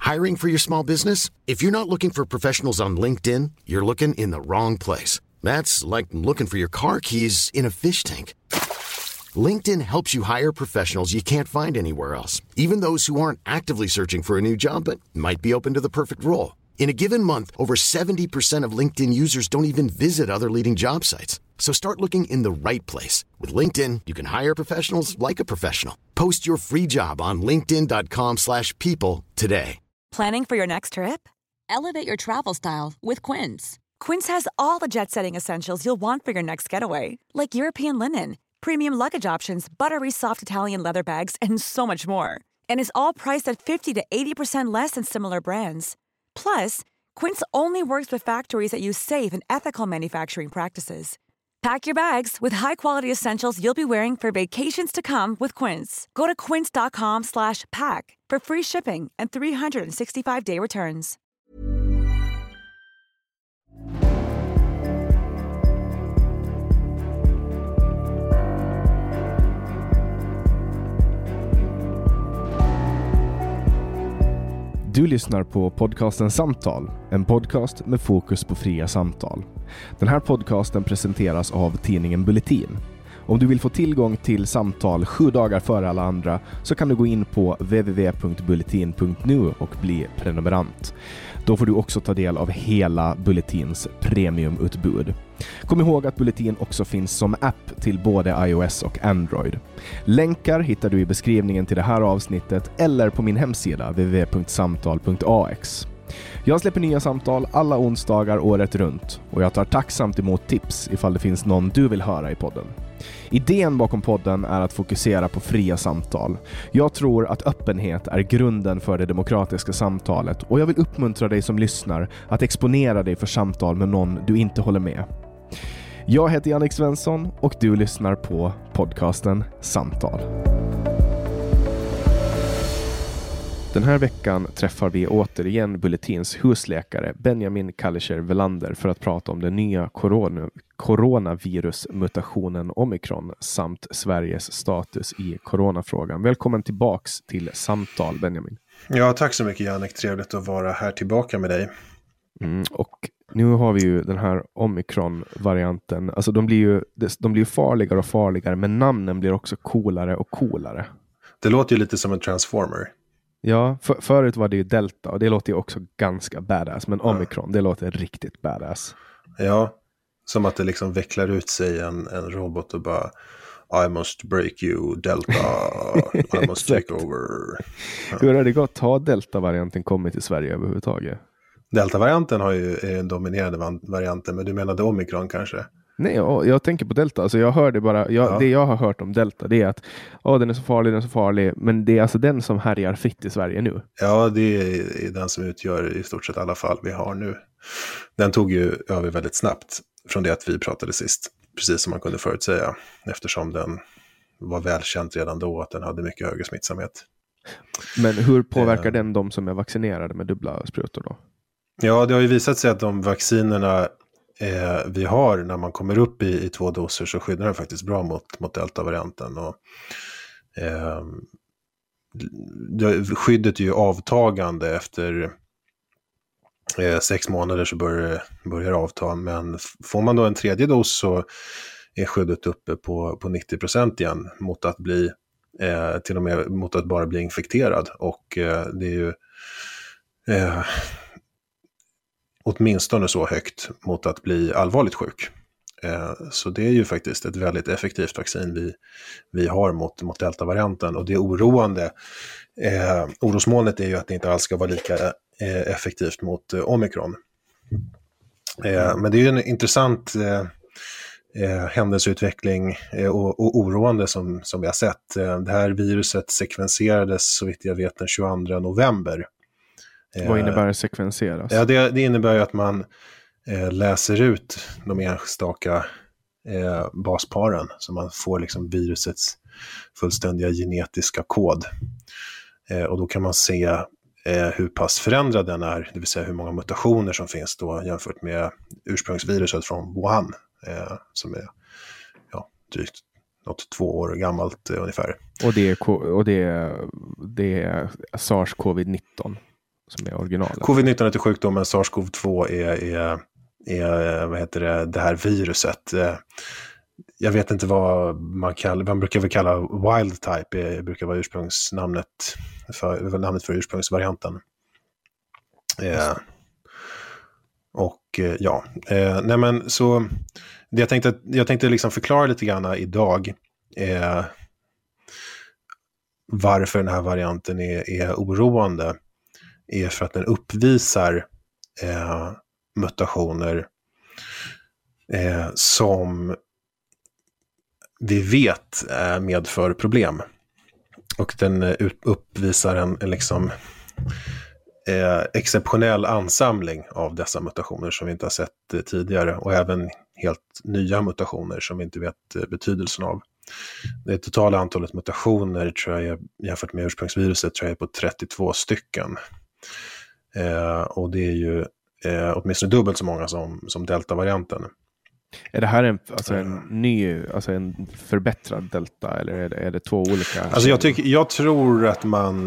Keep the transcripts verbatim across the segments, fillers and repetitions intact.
Hiring for your small business? If you're not looking for professionals on LinkedIn, you're looking in the wrong place. That's like looking for your car keys in a fish tank. LinkedIn helps you hire professionals you can't find anywhere else, even those who aren't actively searching for a new job but might be open to the perfect role. In a given month, over seventy percent of LinkedIn users don't even visit other leading job sites. So start looking in the right place. With LinkedIn, you can hire professionals like a professional. Post your free job on linkedin dot com slash people today. Planning for your next trip? Elevate your travel style with Quince. Quince has all the jet-setting essentials you'll want for your next getaway, like European linen, premium luggage options, buttery soft Italian leather bags, and so much more. And is all priced at fifty to eighty percent less than similar brands. Plus, Quince only works with factories that use safe and ethical manufacturing practices. Pack your bags with high-quality essentials you'll be wearing for vacations to come with Quince. Go to quince dot com slash pack for free shipping and three sixty-five day returns. Du lyssnar på podcasten Samtal, en podcast med fokus på fria samtal. Den här podcasten presenteras av tidningen Bulletin. Om du vill få tillgång till samtal sju dagar före alla andra så kan du gå in på w w w punkt bulletin punkt n u och bli prenumerant. Då får du också ta del av hela Bulletins premiumutbud. Kom ihåg att Bulletin också finns som app till både iOS och Android. Länkar hittar du i beskrivningen till det här avsnittet eller på min hemsida w w w punkt samtal punkt a x. Jag släpper nya samtal alla onsdagar året runt och jag tar tacksamt emot tips ifall det finns någon du vill höra i podden. Idén bakom podden är att fokusera på fria samtal. Jag tror att öppenhet är grunden för det demokratiska samtalet och jag vill uppmuntra dig som lyssnar att exponera dig för samtal med någon du inte håller med. Jag heter Jannik Svensson och du lyssnar på podcasten Samtal. Den här veckan träffar vi återigen Bulletins husläkare Benjamin Kallischer Welander för att prata om den nya corona, coronavirusmutationen Omicron samt Sveriges status i coronafrågan. Välkommen tillbaks till Samtal, Benjamin. Ja, tack så mycket Jannik. Trevligt att vara här tillbaka med dig. Mm, och nu har vi ju den här Omicron-varianten. Alltså de blir ju de blir farligare och farligare, men namnen blir också coolare och coolare. Det låter ju lite som en transformer. Ja, för, förut var det ju Delta och det låter ju också ganska badass. Men Omicron, ja. Det låter riktigt badass. Ja, som att det liksom vecklar ut sig en, en robot och bara I must break you, Delta, I must take over. Ja. Hur har det gått? Har Delta-varianten kommit till Sverige överhuvudtaget? Delta-varianten har ju är en dominerande varianten, men du menade Omicron kanske? Nej, jag, jag tänker på Delta. Alltså jag hörde bara, jag, ja. Det jag har hört om Delta det är att oh, den är så farlig, den är så farlig. Men det är alltså den som härjar fritt i Sverige nu. Ja, det är den som utgör i stort sett alla fall vi har nu. Den tog ju över väldigt snabbt från det att vi pratade sist. Precis som man kunde förutsäga. Eftersom den var välkänt redan då att den hade mycket högre smittsamhet. Men hur påverkar eh. den de som är vaccinerade med dubbla sprutor då? Ja, det har ju visat sig att de vaccinerna Eh, vi har när man kommer upp i, i två doser så skyddar den faktiskt bra mot, mot delta-varianten. Och, eh, det, skyddet är ju avtagande efter eh, sex månader så börjar, börjar avta. Men får man då en tredje dos så är skyddet uppe på, på nittio procent igen mot att bli eh, till och med mot att bara bli infekterad. Och eh, det är ju eh, åtminstone så högt mot att bli allvarligt sjuk. Eh, så det är ju faktiskt ett väldigt effektivt vaccin vi, vi har mot, mot delta-varianten. Och det är oroande. Eh, orosmolnet är ju att det inte alls ska vara lika eh, effektivt mot eh, Omicron. Eh, men det är ju en intressant eh, eh, händelseutveckling eh, och, och oroande som, som vi har sett. Eh, det här viruset sekvenserades så vitt jag vet den tjugoandra november. Vad innebär det sekvenseras? Ja, det, det innebär ju att man eh, läser ut de enstaka eh, basparen så man får liksom virusets fullständiga genetiska kod. Eh, och då kan man se eh, hur pass förändrad den är, det vill säga hur många mutationer som finns då jämfört med ursprungsviruset från Wuhan eh, som är ja, drygt något två år gammalt eh, ungefär. Och det är, och det är, det är SARS-covid nitton? som är originalet. covid nitton är sjukdomen, SARS-CoV två är, är, är vad heter det, det här viruset. Jag vet inte vad man kallar, man brukar väl kalla wild type, det brukar vara ursprungsnamnet för, namnet för ursprungsvarianten. Eh, och eh, ja, eh, nej men så det jag tänkte, jag tänkte liksom förklara lite grann idag eh, varför den här varianten är, är oroande är för att den uppvisar eh, mutationer eh, som vi vet eh, medför problem. Och den eh, uppvisar en, en liksom eh, exceptionell ansamling av dessa mutationer som vi inte har sett eh, tidigare, och även helt nya mutationer som vi inte vet eh, betydelsen av. Det totala antalet mutationer tror jag, jämfört med ursprungsviruset, tror jag är på trettiotvå stycken. Eh, och det är ju eh, åtminstone dubbelt så många som, som delta-varianten. Är det här en, alltså en ny, alltså en förbättrad delta, eller är det, är det två olika? Alltså jag, tycker, jag tror att man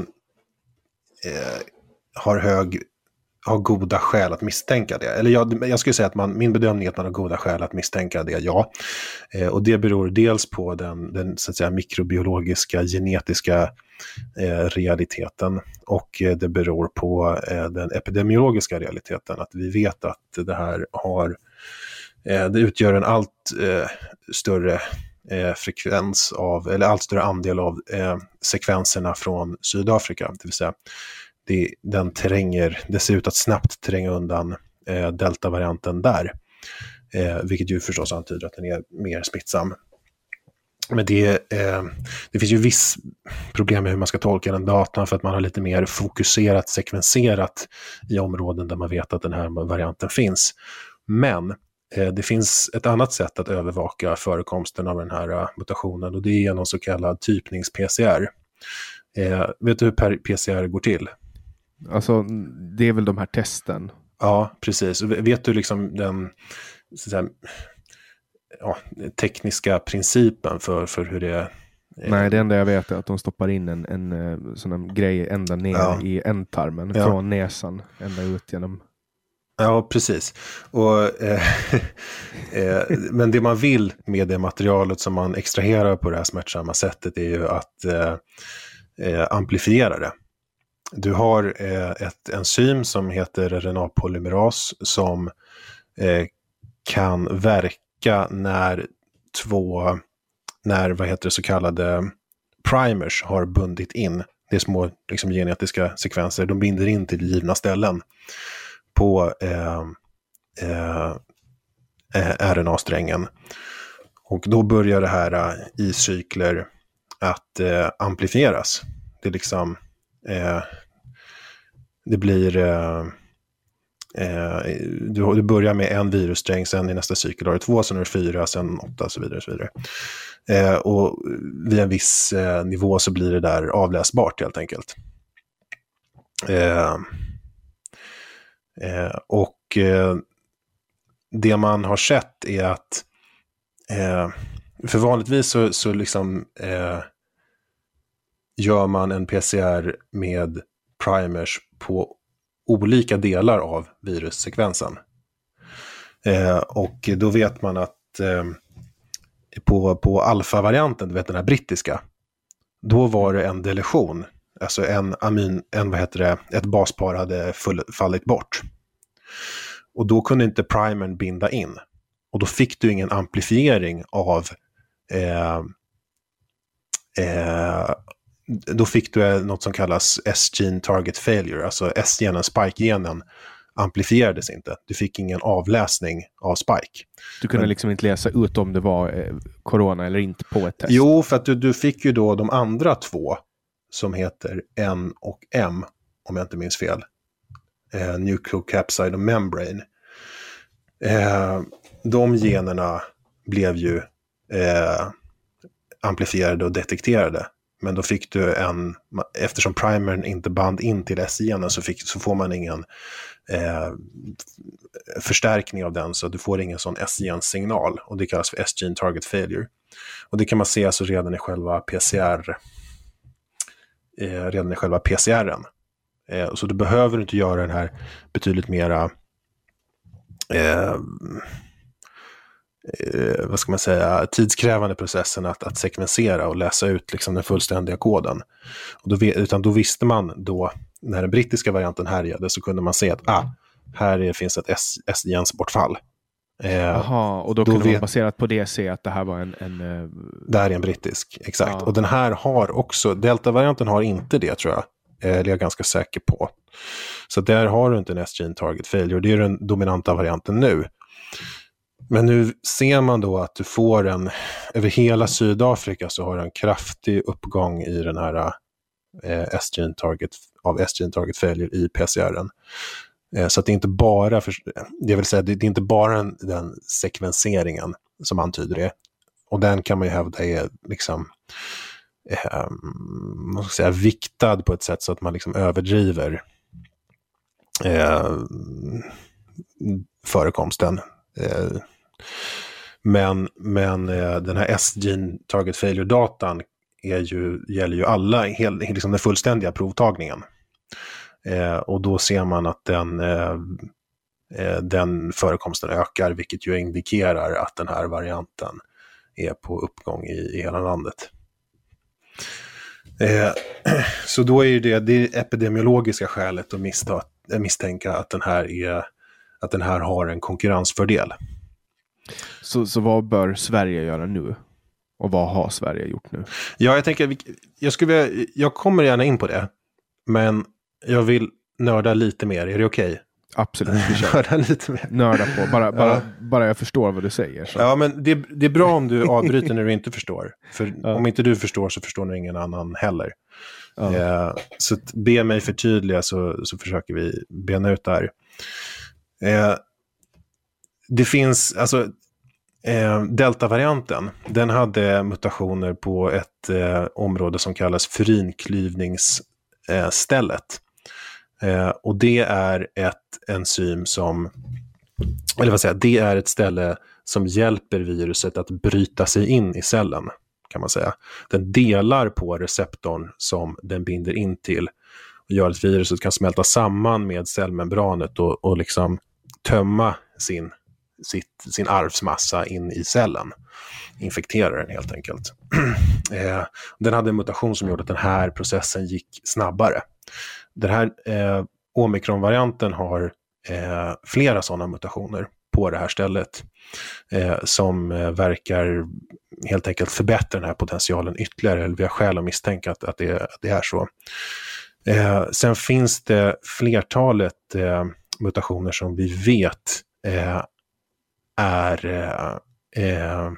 eh, har hög har goda skäl att misstänka det. Eller jag, jag skulle säga att man, min bedömning är att man har goda skäl att misstänka det, ja. Eh, och det beror dels på den, den så att säga, mikrobiologiska, genetiska eh, realiteten, och eh, det beror på eh, den epidemiologiska realiteten. Att vi vet att det här har, eh, det utgör en allt eh, större eh, frekvens av, eller allt större andel av eh, sekvenserna från Sydafrika, det vill säga Det, den terränger, det ser ut att snabbt tränga undan eh, delta-varianten där. Eh, vilket ju förstås antyder att den är mer smittsam. Men det, eh, det finns ju viss problem med hur man ska tolka den datan, för att man har lite mer fokuserat, sekvenserat i områden där man vet att den här varianten finns. Men eh, det finns ett annat sätt att övervaka förekomsten av den här uh, mutationen, och det är genom så kallad typnings-P C R. Eh, vet du hur P C R går till? Alltså, det är väl de här testen? Ja, precis. Vet du liksom den så att säga, ja, tekniska principen för, för hur det är? Nej, det enda jag vet är att de stoppar in en, en sån här grej ända ner ja. i ändtarmen, ja. från näsan ända ut genom... Ja, precis. Och, eh, eh, men det man vill med det materialet som man extraherar på det här smärtsamma sättet är ju att eh, eh, amplifiera det. Du har eh, ett enzym som heter R N A-polymeras som eh, kan verka när två, när vad heter det, så kallade primers har bundit in. Det är små liksom, genetiska sekvenser. De binder in till givna ställen på eh, eh, R N A-strängen. Och då börjar det här i cykler att eh, amplifieras. Det är liksom... Eh, det blir eh, eh, du, du börjar med en virussträng, sen i nästa cykel har du två, sen har du fyra, sen åtta och så vidare, och så vidare. Eh, och vid en viss eh, nivå så blir det där avläsbart helt enkelt. Eh, eh, och eh, det man har sett är att eh, för vanligtvis så, så liksom eh, gör man en P C R med primers på olika delar av virussekvensen. Eh, och då vet man att eh, på, på alfa-varianten, du vet den här brittiska, då var det en deletion. Alltså en amin, en, vad heter det, ett baspar hade full, fallit bort. Och då kunde inte primern binda in. Och då fick du ingen amplifiering av eh, eh, då fick du något som kallas S-gene target failure. Alltså S-genen, spike-genen, amplifierades inte. Du fick ingen avläsning av spike. Du kunde Men, liksom inte läsa ut om det var eh, corona eller inte på ett test. Jo, för att du, du fick ju då de andra två som heter N och M, om jag inte minns fel. Eh, nucleocapsid och membrane. Eh, de generna blev ju eh, amplifierade och detekterade. Men då fick du en, eftersom primern inte band in till S-genen så, fick, så får man ingen eh, förstärkning av den, så du får ingen sån S-gen-signal, och det kallas för S-gene target failure. Och det kan man se alltså redan i själva P C R, eh, redan i själva P C R:en. Eh, så du behöver inte göra den här betydligt mera eh, eh, vad ska man säga, tidskrävande processen att, att sekvensera och läsa ut liksom den fullständiga koden. Och då, utan då visste man då, när den brittiska varianten härjade, så kunde man se att ah, här är, finns ett S G-bortfall. Jaha, eh, och då, då kunde vet, man baserat på det se att det här var en... en uh... Det här är en brittisk, exakt. Ja. Och den här har också, Delta-varianten har inte det, tror jag. Det är jag ganska säker på. Så där har du inte en S-gene target failure. Det är den dominanta varianten nu. Men nu ser man då att du får en, över hela Sydafrika så har du en kraftig uppgång i den här eh, S-gene target, av S-gene target failure i P C R:en. Eh, så att det är inte bara, för, det vill säga det, det är inte bara den, den sekvenseringen som antyder det. Och den kan man ju hävda är liksom eh, man ska säga, viktad på ett sätt så att man liksom överdriver eh, förekomsten. Eh, men men eh, den här S-gene target failure-datan är ju, gäller ju alla, hel, liksom den fullständiga provtagningen. Eh, och då ser man att den, eh, den förekomsten ökar, vilket ju indikerar att den här varianten är på uppgång i, i hela landet. Eh, så då är ju det, det epidemiologiska skälet att missta, misstänka att den här är, att den här har en konkurrensfördel. Så, så vad bör Sverige göra nu? Och vad har Sverige gjort nu? Ja, jag tänker, jag, skulle, jag kommer gärna in på det, men jag vill nörda lite mer. Är det okej? Okay? Absolut. Nörda lite mer. Nörda på. Bara, bara, ja. bara jag förstår vad du säger. Så. Ja, men det, det är bra om du avbryter när du inte förstår. För ja. Om inte du förstår så förstår nog ingen annan heller. Ja. Eh, så be mig förtydliga så, så försöker vi bena ut det här. Eh, det finns, alltså eh, Delta-varianten, den hade mutationer på ett eh, område som kallas fyrinklyvningsstället. Eh, och det är ett enzym som, eller vad säger, det är ett ställe som hjälper viruset att bryta sig in i cellen, kan man säga. Den delar på receptorn som den binder in till och gör att viruset kan smälta samman med cellmembranet och, och liksom tömma sin, sitt, sin arvsmassa in i cellen. Infektera den helt enkelt. eh, den hade en mutation som gjorde att den här processen gick snabbare. Den här eh, omikron-varianten har eh, flera sådana mutationer på det här stället eh, som eh, verkar helt enkelt förbättra den här potentialen ytterligare, eller vi har skäl att misstänka att, att, det, att det är så. Eh, sen finns det flertalet eh, mutationer som vi vet eh, är eh, eh,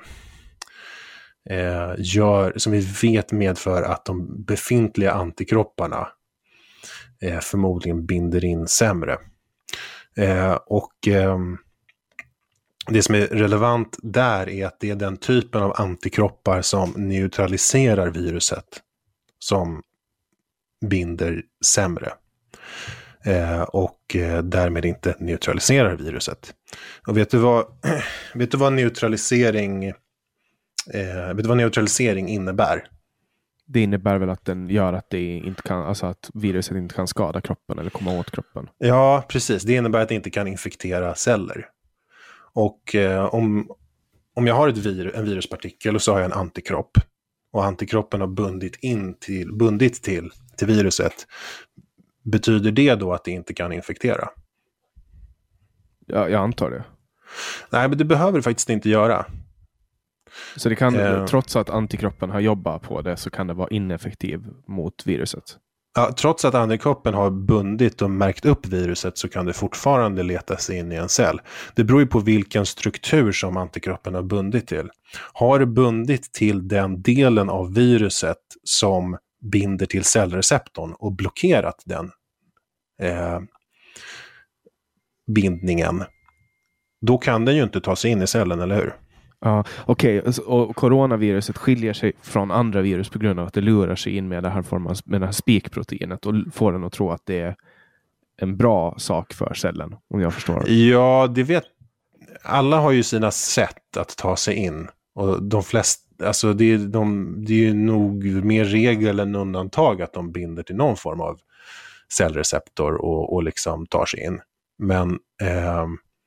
gör, som vi vet medför att de befintliga antikropparna eh, förmodligen binder in sämre. Eh, och eh, det som är relevant där är att det är den typen av antikroppar som neutraliserar viruset som binder sämre. Eh, och eh, därmed inte neutraliserar viruset. Och vet du vad, vet du vad neutralisering eh, vet du vad neutralisering innebär? Det innebär väl att den gör att det inte kan, alltså att viruset inte kan skada kroppen eller komma åt kroppen. Ja, precis. Det innebär att det inte kan infektera celler. Och eh, om, om jag har ett vir, en viruspartikel och så har jag en antikropp och antikroppen har bundit in till, bundit till, till viruset, betyder det då att det inte kan infektera? Ja, jag antar det. Nej, men det behöver det faktiskt inte göra. Så det kan, eh, trots att antikroppen har jobbat på det, så kan det vara ineffektiv mot viruset? Ja, trots att antikroppen har bundit och märkt upp viruset så kan det fortfarande leta sig in i en cell. Det beror ju på vilken struktur som antikroppen har bundit till. Har det bundit till den delen av viruset som binder till cellreceptorn och blockerat den eh, bindningen, då kan den ju inte ta sig in i cellen, eller hur? Ja, okej. Okay. Och coronaviruset skiljer sig från andra virus på grund av att det lurar sig in med det här, formen, med det här spikproteinet och får den att tro att det är en bra sak för cellen, om jag förstår. Ja, det vet alla har ju sina sätt att ta sig in, och de flesta, alltså det är, de, det är ju nog mer regel än undantag att de binder till någon form av cellreceptor och, och liksom tar sig in. Men, eh,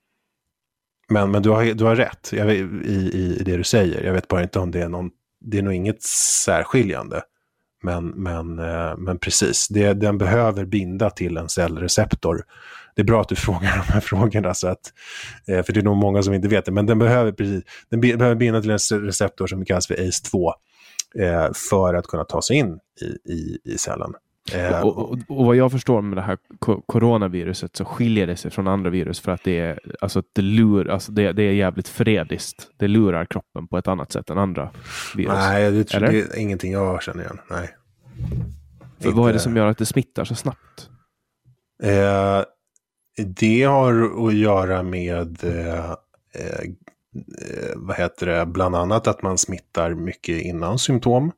men, men du, har, du har rätt jag vet, i, i det du säger. Jag vet bara inte om det är någon, det är nog inget särskiljande. Men, men, eh, men precis, det, den behöver binda till en cellreceptor. Det är bra att du frågar de här frågorna, så att, eh, för det är nog många som inte vet det. Men den behöver, precis, den be, behöver binda till en receptor som kallas för A C E två eh, för att kunna ta sig in i, i, i cellen. Eh, och, och, och vad jag förstår med det här ko- coronaviruset så skiljer det sig från andra virus för att det är, alltså, det, lur, alltså det, det är jävligt frediskt. Det lurar kroppen på ett annat sätt än andra virus. Nej, det, tror, det är ingenting jag känner igen. Nej. För vad är det som gör att det smittar så snabbt? Eh, det har att göra med eh, eh, vad heter det, bland annat att man smittar mycket innan symptom.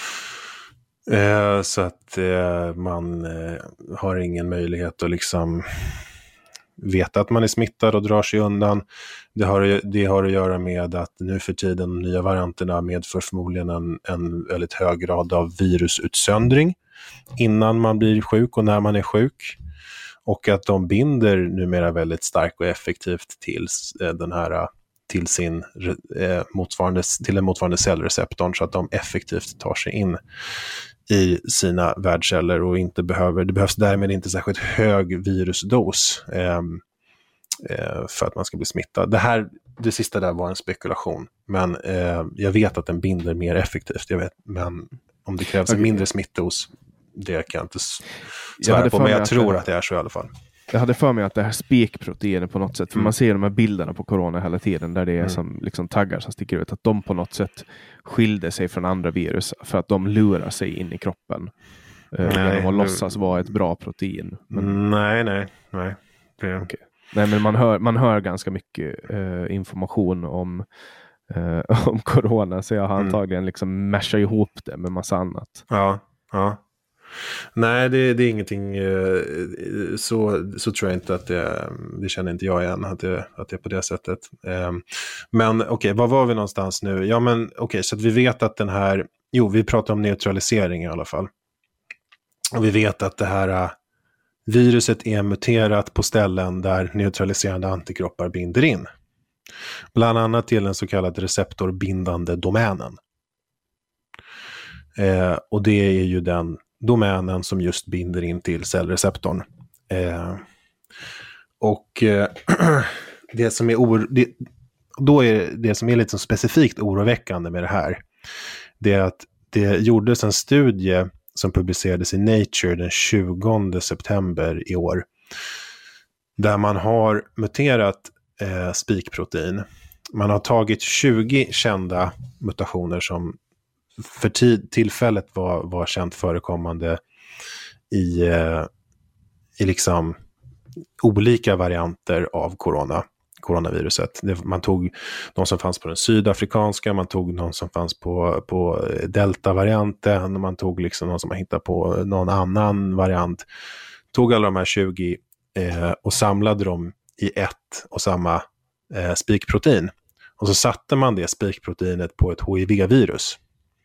Eh, så att eh, man eh, har ingen möjlighet att liksom veta att man är smittad och drar sig undan. Det har, det har att göra med att nu för tiden de nya varianterna medför förmodligen en, en väldigt hög grad av virusutsöndring innan man blir sjuk och när man är sjuk. Och att de binder numera väldigt starkt och effektivt till den här till sin eh, motsvarande till den motsvarande cellreceptorn, så att de effektivt tar sig in i sina värdceller och inte behöver, det behövs därmed inte särskilt hög virusdos eh, eh, för att man ska bli smittad. Det här, det sista där var en spekulation, men eh, jag vet att den binder mer effektivt, jag vet, men om det krävs okay. en mindre smittdos, det kan jag inte svära jag på, men jag tror det, att det är så i alla fall. Jag hade för mig att det här spikproteinet på något sätt, för mm. man ser de här bilderna på corona hela tiden där det är mm. som liksom taggar som sticker ut, att de på något sätt skilde sig från andra virus för att de lurar sig in i kroppen nej, genom att låtsas vara ett bra protein. Men... Nej, nej, nej. Det... Okay. Nej, men man hör, man hör ganska mycket uh, information om, uh, om corona, så jag har mm. antagligen liksom mashat ihop det med massa annat. Ja, ja. Nej, det, det är ingenting så, så tror jag inte att det, det känner inte jag igen att det, att det är på det sättet. Men okej, okay, var var vi någonstans nu? Ja, men okej, okay, så att vi vet att den här, jo, vi pratar om neutralisering i alla fall. Och vi vet att det här viruset är muterat på ställen där neutraliserande antikroppar binder in. Bland annat till den så kallade receptorbindande domänen. Eh, och det är ju den domänen som just binder in till cellreceptorn. Eh, och eh, det som är or- det, då är det som är lite så specifikt oroväckande med det här, det är att det gjordes en studie som publicerades i Nature den tjugonde september i år, där man har muterat eh, spikprotein. Man har tagit tjugo kända mutationer som för tid, tillfället var, var känt förekommande i, eh, i liksom olika varianter av corona, coronaviruset. Det, man tog de som fanns på den sydafrikanska, man tog de som fanns på, på delta-varianten, man tog liksom de som man hittade på någon annan variant. Tog alla de här tjugo eh, och samlade dem i ett och samma eh, spikprotein. Och så satte man det spikproteinet på ett H I V-virus.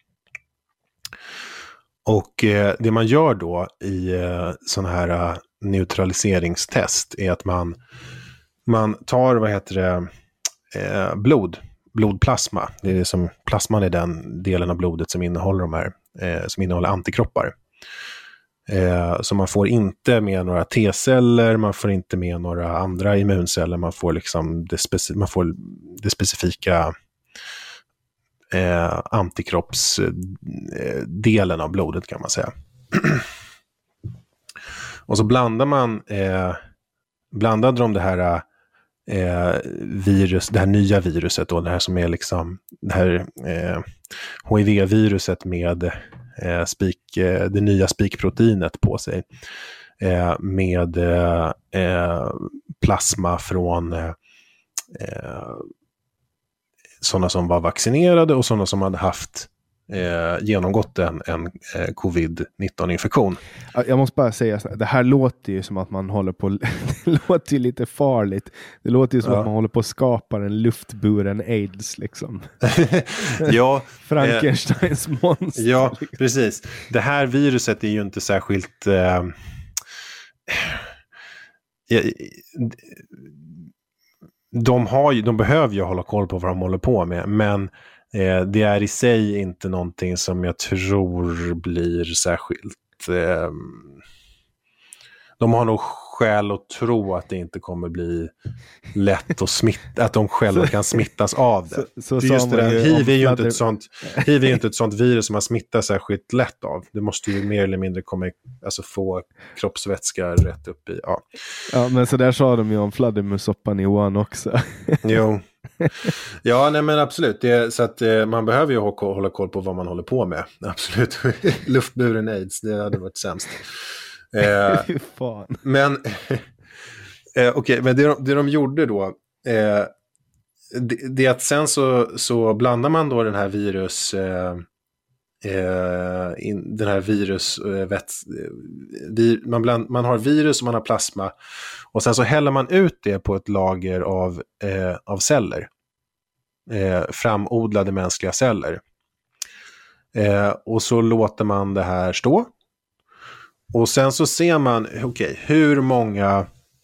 Och eh, det man gör då i eh, sådana här eh, neutraliseringstest är att man, man tar, vad heter det, eh, blod, blodplasma. Det är det som, plasman är den delen av blodet som innehåller de här, eh, som innehåller antikroppar. Eh, så man får inte med några T-celler, man får inte med några andra immunceller, man får liksom det, speci- man får det specifika Eh, antikroppsdelen eh, av blodet kan man säga. Och så blandar man eh, blandade de det här eh, virus, det här nya viruset då, det här som är liksom det här eh, H I V-viruset med eh, spik, eh, det nya spikproteinet på sig eh, med eh, plasma från eh, sådana som var vaccinerade och sådana som hade haft eh, genomgått en, en eh, covid nitton-infektion. Jag måste bara säga, det här låter ju som att man håller på, det låter ju lite farligt. Det låter ju som ja. att man håller på att skapa en luftburen AIDS liksom. Ja. Frankensteins eh, monster. Ja, precis. Det här viruset är ju inte särskilt... Eh, de, har ju, de behöver ju hålla koll på vad de håller på med, men eh, det är i sig inte någonting som jag tror blir särskilt... Eh, de har nog skäl att tro att det inte kommer bli lätt att smitta, att de själva kan smittas av det. Så, så det just det där, H I V är ju inte ett sånt, H I V är inte ett sånt virus som man smittar särskilt lätt av. Det måste ju mer eller mindre komma, alltså få kroppsvätska rätt upp i. Ja, ja, men så där sa de ju om fladdermussoppan i Wuhan också. Jo. Ja, nej men absolut. Det, så att eh, man behöver ju hålla, hålla koll på vad man håller på med. Absolut. Luftburen AIDS, det hade varit sämst. Eh, men eh, okej, okay, men det de, det de gjorde då eh, det, det är att sen så, så blandar man då den här virus eh, eh, in, den här virus eh, vet, vi, man, bland, man har virus och man har plasma och sen så häller man ut det på ett lager av, eh, av celler, eh, framodlade mänskliga celler, eh, och så låter man det här stå. Och sen så ser man, okej, okay, hur många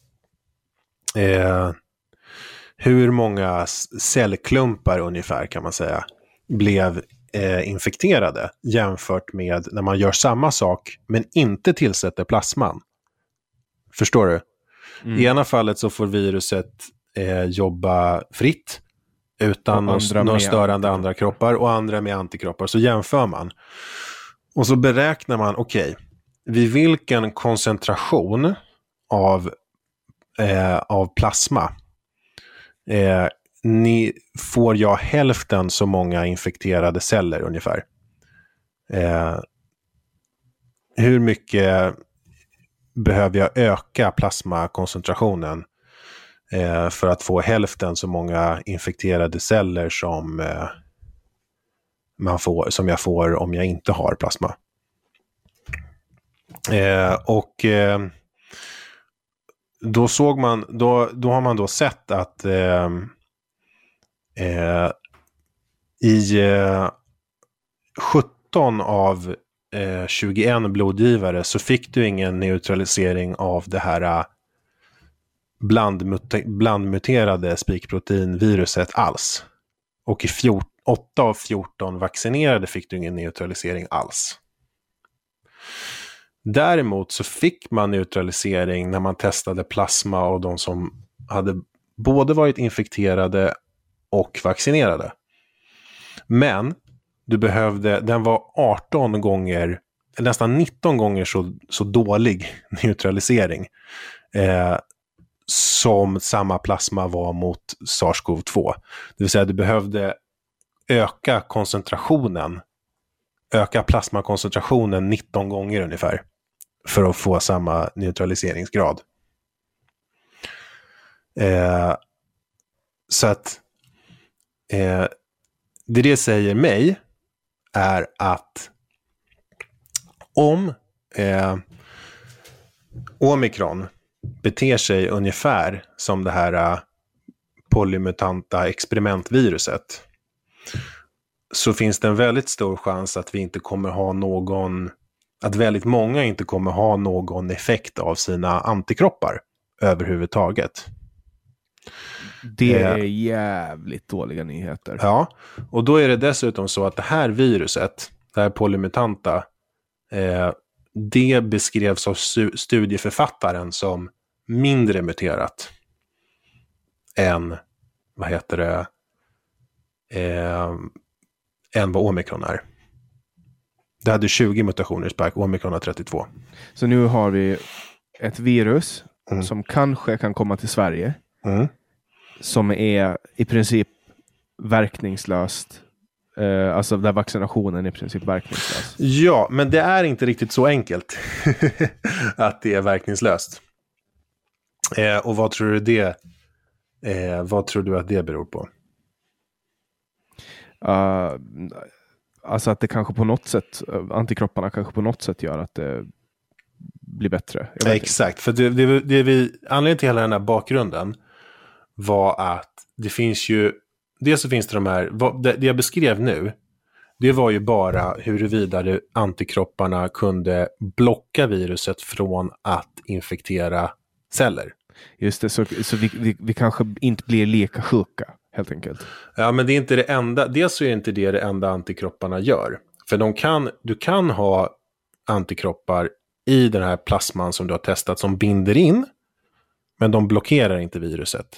eh, hur många cellklumpar ungefär kan man säga blev eh, infekterade jämfört med när man gör samma sak men inte tillsätter plasman. Förstår du? Mm. I ena fallet så får viruset eh, jobba fritt utan någon, någon störande andra kroppar och andra med antikroppar. Så jämför man. Och så beräknar man, okej, okay, vid vilken koncentration av, eh, av plasma eh, ni, får jag hälften så många infekterade celler ungefär. Eh, hur mycket behöver jag öka plasmakoncentrationen eh, för att få hälften så många infekterade celler som, eh, man får, som jag får om jag inte har plasma? Eh, och eh, då såg man då, då har man då sett att eh, eh, i eh, sjutton av eh, tjugoen blodgivare så fick du ingen neutralisering av det här blandmute- blandmuterade spikproteinviruset alls. Och i fjorton, åtta av fjorton vaccinerade fick du ingen neutralisering alls. Däremot så fick man neutralisering när man testade plasma av de som hade både varit infekterade och vaccinerade. Men du behövde, den var arton gånger, nästan nitton gånger så, så dålig neutralisering eh, som samma plasma var mot SARS-CoV två. Det vill säga du behövde öka koncentrationen, öka plasmakoncentrationen nitton gånger ungefär för att få samma neutraliseringsgrad. Eh, så att eh, det det säger mig är att om eh, omikron beter sig ungefär som det här uh, polymutanta experimentviruset, så finns det en väldigt stor chans att vi inte kommer ha någon, att väldigt många inte kommer ha någon effekt av sina antikroppar överhuvudtaget. Det är eh, jävligt dåliga nyheter. Ja, och då är det dessutom så att det här viruset, det här polymutanta, eh, det beskrevs av studieförfattaren som mindre muterat än, vad heter det, eh, än vad omikron är. Det hade tjugo mutationer i spike, omikron har trettiotvå. Så nu har vi ett virus mm. som kanske kan komma till Sverige. Mm. Som är i princip verkningslöst. Uh, alltså där vaccinationen är i princip verkningslös. Ja, men det är inte riktigt så enkelt att det är verkningslöst. Eh, och vad tror du det eh, vad tror du att det beror på? Uh, alltså att det kanske på något sätt, antikropparna kanske på något sätt gör att det blir bättre. Ja, exakt, för det, det, det vi, anledningen till hela den här bakgrunden var att det finns ju, dels så finns det de här, det jag beskrev nu, det var ju bara huruvida antikropparna kunde blocka viruset från att infektera celler. Just det, så, så vi, vi, vi kanske inte blir lika sjuka, helt enkelt. Ja, men det är inte det enda, dels så är inte det det enda antikropparna gör. För de kan, du kan ha antikroppar i den här plasman som du har testat som binder in, men de blockerar inte viruset.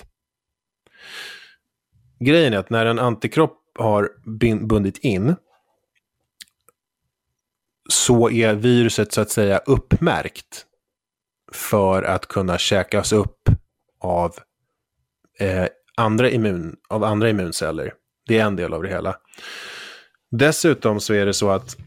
Grejen är att när en antikropp har bundit in så är viruset så att säga uppmärkt för att kunna käkas upp av, eh, andra, immun, av andra immunceller. Det är en del av det hela. Dessutom så är det så att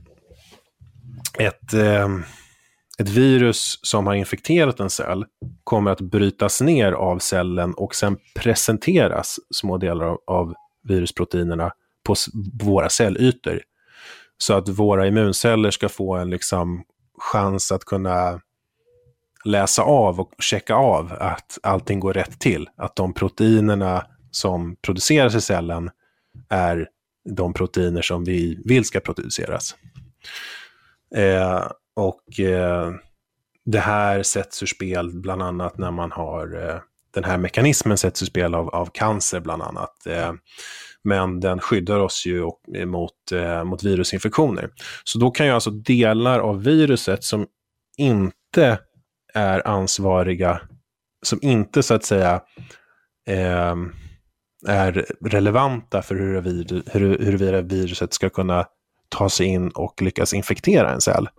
ett, eh, ett virus som har infekterat en cell kommer att brytas ner av cellen och sen presenteras små delar av, av virusproteinerna på våra cellytor. Så att våra immunceller ska få en liksom chans att kunna läsa av och checka av att allting går rätt till. Att de proteinerna som produceras i cellen är de proteiner som vi vill ska produceras. Eh, och eh, det här sätts ur spel bland annat när man har eh, den här mekanismen sätts ur spel av, av cancer bland annat. Eh, men den skyddar oss ju mot, eh, mot virusinfektioner. Så då kan ju alltså delar av viruset som inte är ansvariga, som inte så att säga eh, är relevanta för huruvida, hur, huruvida viruset ska kunna ta sig in och lyckas infektera en cell.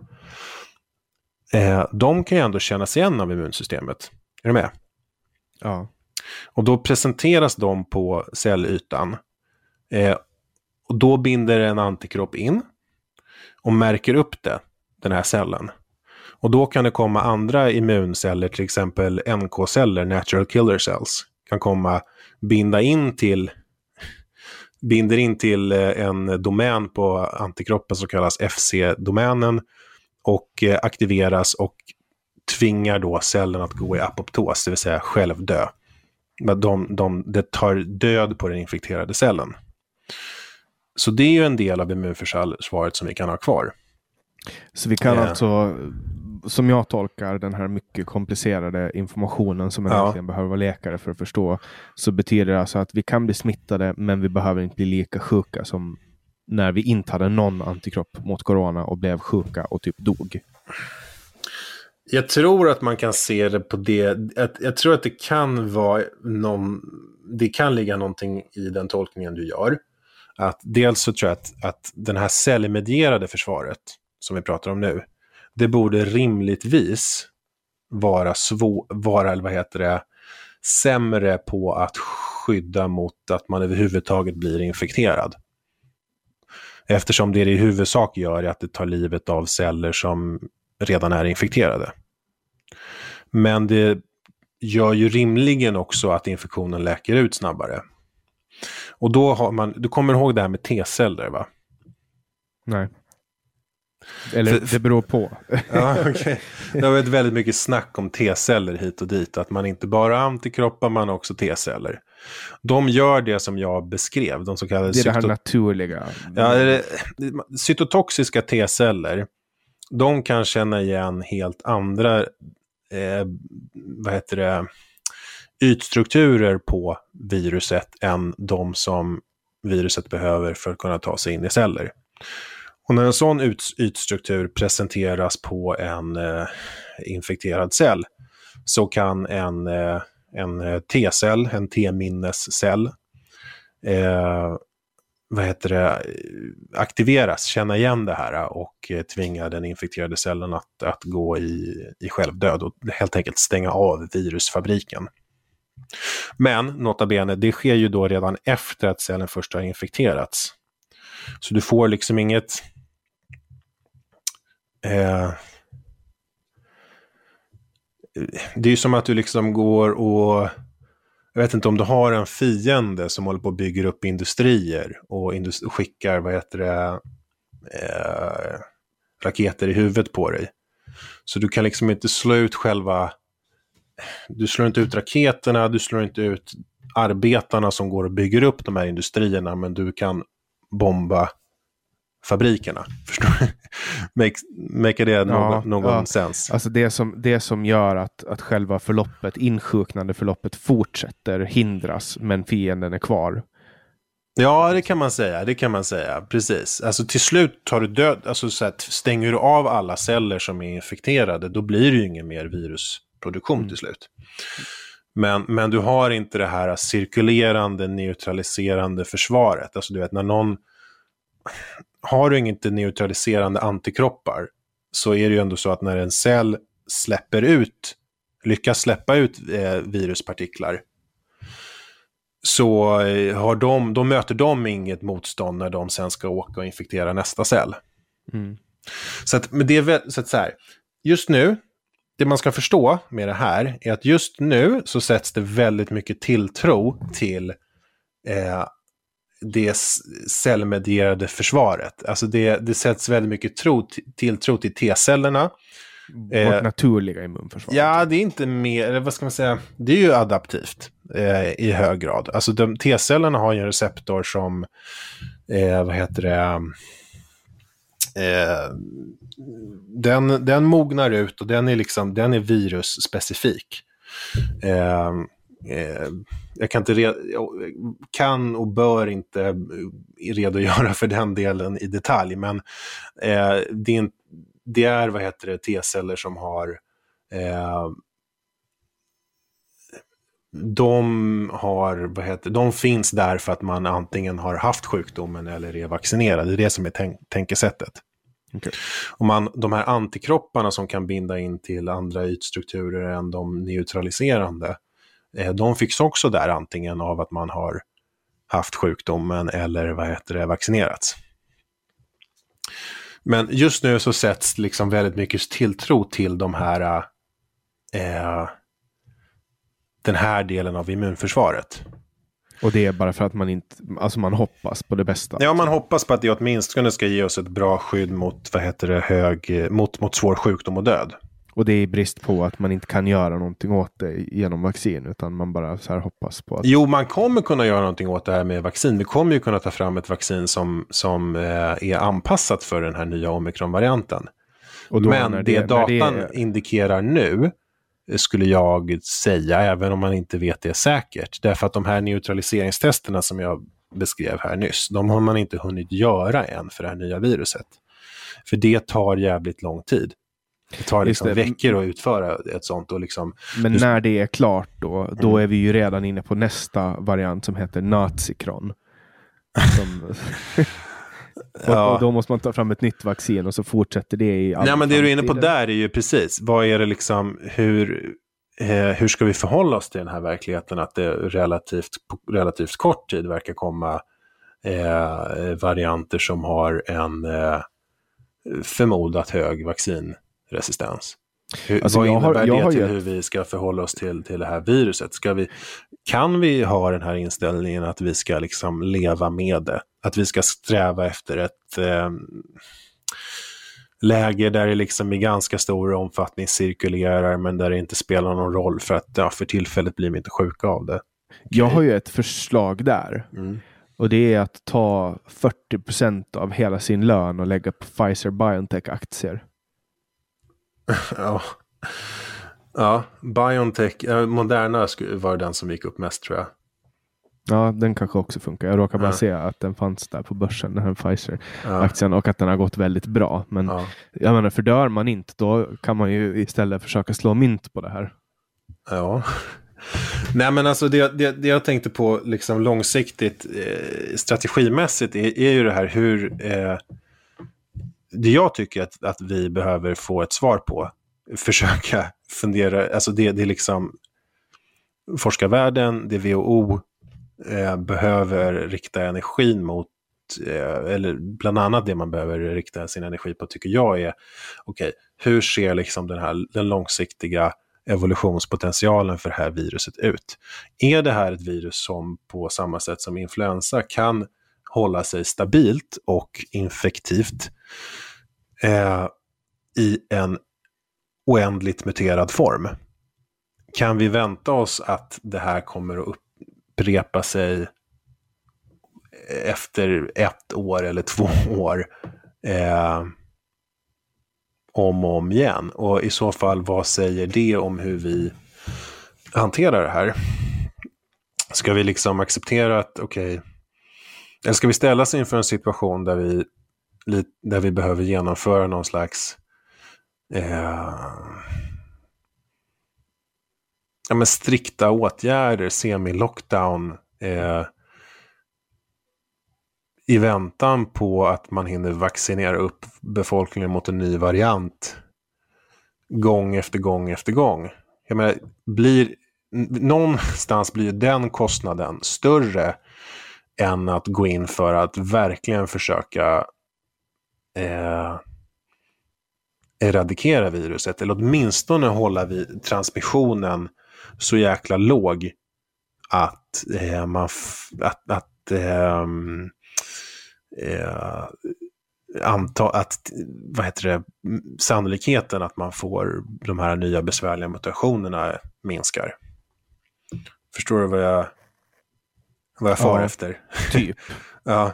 Eh, de kan ju ändå kännas igen av immunsystemet. Är du med? Ja. Och då presenteras de på cellytan. Eh, och då binder en antikropp in och märker upp det, den här cellen. Och då kan det komma andra immunceller, till exempel N K-celler, natural killer cells, kan komma binda in till binder in till en domän på antikroppen som kallas F C-domänen och aktiveras och tvingar då cellen att gå i apoptos, det vill säga självdö. De, de, det tar död på den infekterade cellen. Så det är ju en del av immunförsvaret som vi kan ha kvar. Så vi kan yeah. alltså, som jag tolkar den här mycket komplicerade informationen som man ja. egentligen behöver vara läkare för att förstå, så betyder det alltså att vi kan bli smittade men vi behöver inte bli lika sjuka som när vi inte hade någon antikropp mot corona och blev sjuka och typ dog. Jag tror att man kan se det på det. Jag tror att det kan vara någon, det kan ligga någonting i den tolkningen du gör. Att dels så tror jag att, att den här cellmedierade försvaret som vi pratar om nu, det borde rimligtvis vara svår, vara eller vad heter det, sämre på att skydda mot att man överhuvudtaget blir infekterad. Eftersom det i huvudsak gör att det tar livet av celler som redan är infekterade. Men det gör ju rimligen också att infektionen läker ut snabbare. Och då har man, du kommer ihåg det här med T-celler, va? Nej. Eller för, det beror på. Ja, okay. Det har varit väldigt mycket snack om T-celler hit och dit. Att man inte bara har antikroppar, man har också T-celler. De gör det som jag beskrev. De så kallade det är cyto- det här naturliga. Ja, det, cytotoxiska T-celler, de kan känna igen helt andra eh, vad heter det, ytstrukturer på viruset än de som viruset behöver för att kunna ta sig in i celler. Och när en sån ut- ytstruktur presenteras på en eh, infekterad cell så kan en, eh, en T-cell, en T-minnescell eh, vad heter det, aktiveras, känna igen det här och eh, tvinga den infekterade cellen att, att gå i, i självdöd och helt enkelt stänga av virusfabriken. Men nota bene, det sker ju då redan efter att cellen först har infekterats. Så du får liksom inget eh, det är ju som att du liksom går och jag vet inte om du har en fiende som håller på att bygga upp industrier och industri- skickar vad heter det, eh, raketer i huvudet på dig. Så du kan liksom inte slå ut själva, du slår inte ut raketerna, du slår inte ut arbetarna som går och bygger upp de här industrierna, men du kan bomba fabrikerna. Förstår du? Make, make det någon, ja, någon ja. sens. Alltså det som, det som gör att, att själva förloppet, insjuknande förloppet fortsätter, hindras, men fienden är kvar. Ja, det kan man säga. Det kan man säga. Precis. Alltså till slut tar du död, alltså så att stänger du av alla celler som är infekterade, då blir det ju ingen mer virusproduktion mm. till slut. Men, men du har inte det här cirkulerande, neutraliserande försvaret. Alltså du vet, när någon har du inte neutraliserande antikroppar, så är det ju ändå så att när en cell släpper ut, lyckas släppa ut eh, viruspartiklar, så har de, då möter de inget motstånd när de sen ska åka och infektera nästa cell. Mm. Så att, men det är väl, så att så här, just nu, det man ska förstå med det här är att just nu så sätts det väldigt mycket tilltro till eh, det cellmedierade försvaret. Alltså det, det sätts väldigt mycket tro, tilltro till T-cellerna. Vårt eh, naturliga immunförsvar. Ja, det är inte mer, vad ska man säga, det är ju adaptivt eh, i hög grad. Alltså de, T-cellerna har ju en receptor som, eh, vad heter det, eh, den, den mognar ut och den är liksom, den är virusspecifik. Eh, eh, jag kan inte re- kan och bör inte redogöra för den delen i detalj, men eh, det är inte Det är, vad heter det, T-celler som har eh, de har, vad heter de finns där för att man antingen har haft sjukdomen eller är vaccinerad. Det är det som är tänk- tänkesättet. Okay. Och man, de här antikropparna som kan binda in till andra ytstrukturer än de neutraliserande, eh, de finns också där antingen av att man har haft sjukdomen eller, vad heter det, vaccinerats. Men just nu så sätts liksom väldigt mycket tilltro till de här eh, den här delen av immunförsvaret. Och det är bara för att man inte, alltså man hoppas på det bästa. Ja, man hoppas på att det åtminstone ska ge oss ett bra skydd mot, vad heter det, hög, mot, mot svår sjukdom och död. Och det är brist på att man inte kan göra någonting åt det genom vaccin, utan man bara så här hoppas på att... Jo, man kommer kunna göra någonting åt det här med vaccin. Vi kommer ju kunna ta fram ett vaccin som, som eh, är anpassat för den här nya omikron-varianten. Och då, men det, det datan det... indikerar nu, skulle jag säga, även om man inte vet det säkert. Därför att de här neutraliseringstesterna som jag beskrev här nyss, de har man inte hunnit göra än för det här nya viruset. För det tar jävligt lång tid. Det tar liksom det. veckor att utföra ett sånt. Och liksom, men när det är klart då, då mm. är vi ju redan inne på nästa variant som heter Nazikron. Som... och, ja. och då måste man ta fram ett nytt vaccin och så fortsätter det i all Nej, men det du är inne på där är ju precis, vad är det liksom, hur, eh, hur ska vi förhålla oss till den här verkligheten att det relativt, på relativt kort tid verkar komma eh, varianter som har en eh, förmodat hög vaccin resistens. Hur, alltså vad innebär har, det till hur vi ska förhålla oss till, till det här viruset? Ska vi, kan vi ha den här inställningen att vi ska liksom leva med det? Att vi ska sträva efter ett eh, läge där det liksom i ganska stor omfattning cirkulerar, men där det inte spelar någon roll för att ja, för tillfället blir vi inte sjuka av det. Okay. Jag har ju ett förslag där. Mm. Och det är att ta fyrtio procent av hela sin lön och lägga på Pfizer-BioNTech-aktier. Ja. Ja, BioNTech, Moderna var den som gick upp mest, tror jag. Ja, den kanske också funkar. Jag råkar bara ja. se att den fanns där på börsen, den här Pfizer-aktien, ja. och att den har gått väldigt bra. Men ja. jag menar, fördör man inte, då kan man ju istället försöka slå mynt på det här. Ja. Nej, men alltså det, det, det jag tänkte på liksom långsiktigt eh, strategimässigt är, är ju det här hur eh, det jag tycker att, att vi behöver få ett svar på, försöka fundera, alltså det, det är liksom forskarvärlden, det W H O eh, behöver rikta energin mot, eh, eller bland annat det man behöver rikta sin energi på, tycker jag är okej, okay, hur ser liksom den här den långsiktiga evolutionspotentialen för det här viruset ut? Är det här ett virus som på samma sätt som influensa kan hålla sig stabilt och infektivt eh, i en oändligt muterad form? Kan vi vänta oss att det här kommer att upprepa sig efter ett år eller två år eh, om och om igen. Och i så fall, vad säger det om hur vi hanterar det här? Ska vi liksom acceptera att okej, okay, eller ska vi ställa oss inför en situation där vi, där vi behöver genomföra någon slags eh, ja, men strikta åtgärder, semi-lockdown eh, i väntan på att man hinner vaccinera upp befolkningen mot en ny variant gång efter gång efter gång. Jag menar, blir, någonstans blir den kostnaden större än att gå in för att verkligen försöka eh, eradikera viruset, eller åtminstone hålla vid transmissionen så jäkla låg att eh, man f- att, att eh, eh, anta att vad heter det, sannolikheten att man får de här nya besvärliga mutationerna minskar. Förstår du vad jag vad jag far ja, efter? Typ. Ja.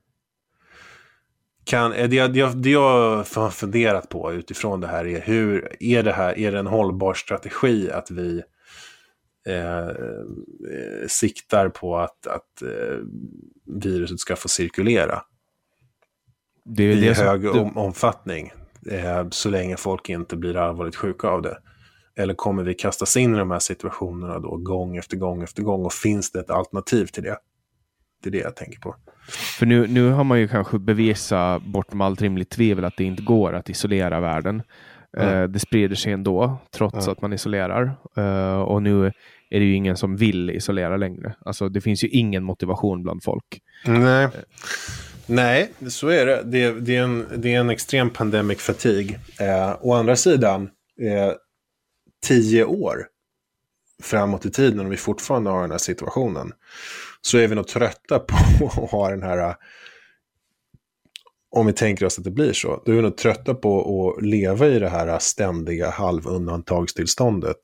Kan, det, det, det jag har funderat på utifrån det här är hur är det här, är det en hållbar strategi att vi eh, siktar på att, att eh, viruset ska få cirkulera det är i det hög som, om, omfattning eh, så länge folk inte blir allvarligt sjuka av det? Eller kommer vi kastas in i de här situationerna då gång efter gång efter gång, och finns det ett alternativ till det? Det är det jag tänker på. För nu, nu har man ju kanske bevisat bortom allt rimligt tvivel att det inte går att isolera världen. Mm. Uh, det sprider sig ändå trots mm. att man isolerar. Uh, och nu är det ju ingen som vill isolera längre. Alltså det finns ju ingen motivation bland folk. Nej, uh. Nej så är det. Det, det, är, en, det är en extrem pandemic fatigue. Uh, å andra sidan, uh, tio år framåt i tiden, och vi fortfarande har den här situationen, så är vi nog trötta på att ha den här, om vi tänker oss att det blir så, då är vi nog trötta på att leva i det här ständiga halvundantagstillståndet.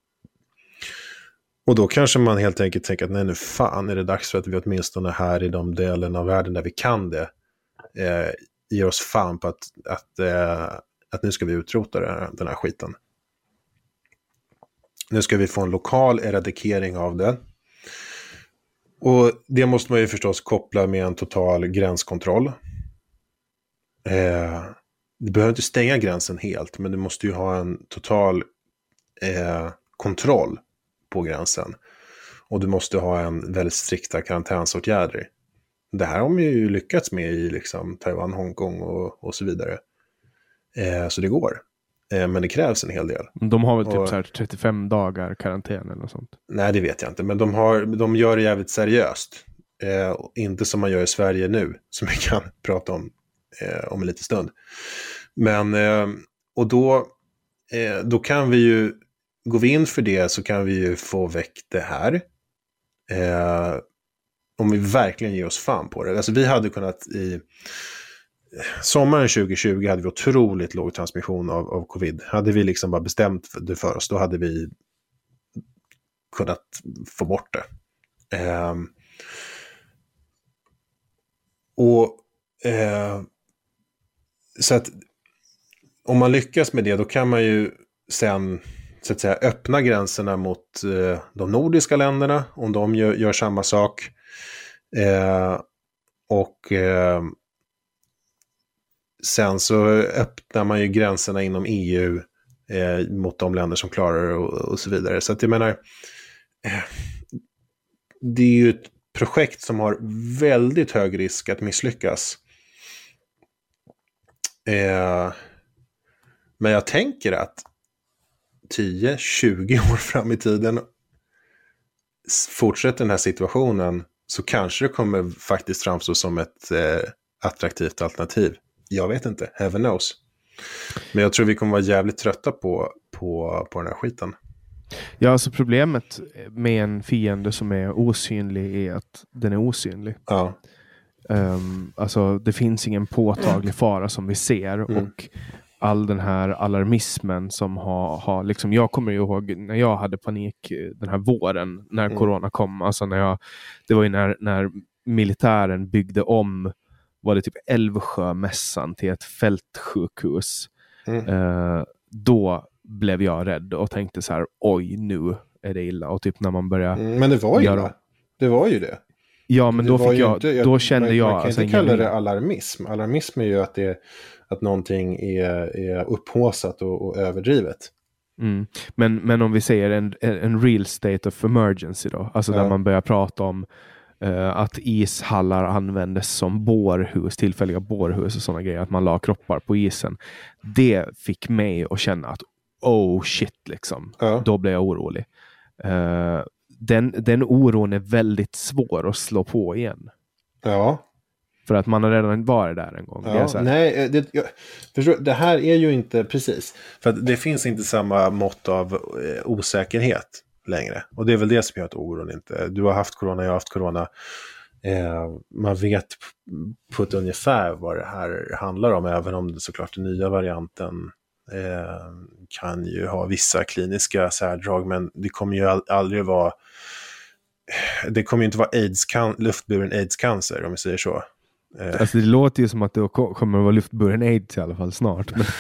Och då kanske man helt enkelt tänker att nej, nu fan är det dags för att vi åtminstone här i de delarna av världen där vi kan det eh, ger oss fan på att, att, eh, att nu ska vi utrota den här, den här skiten. Nu ska vi få en lokal eradikering av det. Och det måste man ju förstås koppla med en total gränskontroll. Eh, du behöver inte stänga gränsen helt, men du måste ju ha en total eh, kontroll på gränsen. Och du måste ha en väldigt strikta karantänsåtgärder. Det här har man ju lyckats med i liksom Taiwan, Hongkong och, och så vidare. Eh, så det går. Men det krävs en hel del. De har väl typ och, så här trettiofem dagar karantän eller något sånt? Nej, det vet jag inte. Men de, har, de gör det jävligt seriöst. Eh, inte som man gör i Sverige nu, som vi kan prata om eh, om en liten stund. Men, eh, och då, eh, då kan vi ju, går vi in för det så kan vi ju få väck det här. Eh, om vi verkligen ger oss fan på det. Alltså vi hade kunnat i... Sommaren tjugo tjugo hade vi otroligt låg transmission av, av covid. Hade vi liksom bara bestämt det för oss, då hade vi kunnat få bort det. Eh, och eh, så att om man lyckas med det, då kan man ju sen så att säga öppna gränserna mot eh, de nordiska länderna, om de gör, gör samma sak. Eh, och eh, sen så öppnar man ju gränserna inom E U eh, mot de länder som klarar det och, och så vidare. Så att jag menar, eh, det är ju ett projekt som har väldigt hög risk att misslyckas. Eh, men jag tänker att tio tjugo år fram i tiden fortsätter den här situationen, så kanske det kommer faktiskt framstå som ett eh, attraktivt alternativ. Jag vet inte, heaven knows. Men jag tror vi kommer vara jävligt trötta på, på, på den här skiten. Ja, alltså problemet med en fiende som är osynlig är att den är osynlig. Ja. Um, alltså det finns ingen påtaglig fara som vi ser, mm. och all den här alarmismen som har, har liksom, jag kommer ihåg när jag hade panik den här våren när mm. corona kom, alltså när jag, det var ju när, när militären byggde om, var det typ Älvsjömässan till ett fältsjukhus. Mm. Eh, då blev jag rädd och tänkte så här, oj, nu är det illa. Och typ när man börjar... Mm, men det var ju göra... det. Det var ju det. Ja, men det då fick jag, inte, jag, då kände man, jag... Man kan alltså, inte kalla det alarmism. Alarmism är ju att, det, att någonting är, är upphåsat och, och överdrivet. Mm. Men, men om vi säger en, en real state of emergency då. Alltså ja. Där man börjar prata om uh, att ishallar användes som bårhus, tillfälliga bårhus och sådana grejer. Att man la kroppar på isen. Det fick mig att känna att oh shit liksom. Ja. Då blev jag orolig. Uh, den, den oron är väldigt svår att slå på igen. Ja. För att man har redan varit där en gång. Ja, det är så här. Nej, det, jag, förstår, det här är ju inte precis. För att det finns inte samma mått av eh, osäkerhet längre. Och det är väl det som gör att oron inte... Du har haft corona, jag har haft corona. Eh, man vet på ett ungefär vad det här handlar om. Även om det såklart den nya varianten eh, kan ju ha vissa kliniska särdrag. Men det kommer ju aldrig vara... Det kommer ju inte vara AIDS, luftburen AIDS-cancer om vi säger så. Alltså det låter ju som att det kommer att vara luftburen AIDS i alla fall snart. Men,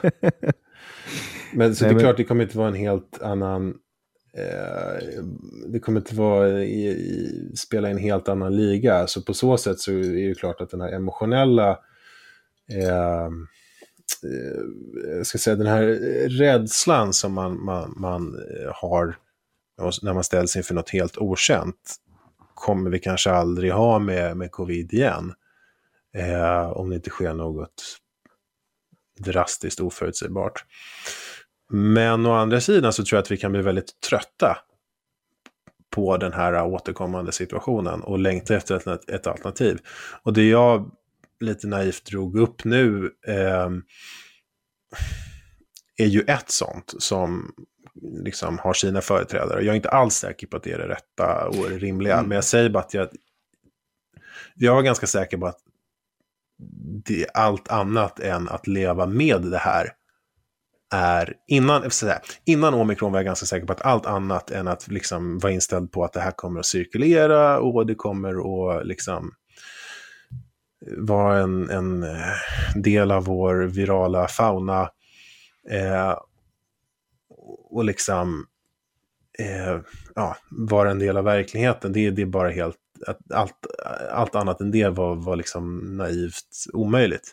men så Nej, det är men... klart det kommer inte vara en helt annan eh, det kommer inte vara i, i, spela en helt annan liga. Så på så sätt så är det ju klart att den här emotionella eh, eh, jag ska säga den här rädslan som man, man, man har när man ställs inför något helt okänt kommer vi kanske aldrig ha med, med covid igen. Eh, om det inte sker något drastiskt oförutsägbart. Men å andra sidan så tror jag att vi kan bli väldigt trötta på den här återkommande situationen och längta efter ett, ett alternativ. Och det jag lite naivt drog upp nu eh, är ju ett sånt som liksom har sina företrädare. Jag är inte alls säker på att det är det rätta och det rimliga. Mm. Men jag säger bara att jag, jag är ganska säker på att det är allt annat än att leva med det här är innan, säga, innan omikron var jag ganska säker på att allt annat än att liksom vara inställd på att det här kommer att cirkulera och det kommer att liksom vara en, en del av vår virala fauna eh, och liksom eh, ja, vara en del av verkligheten. Det, det är bara helt att allt, allt annat än det var, var liksom naivt omöjligt.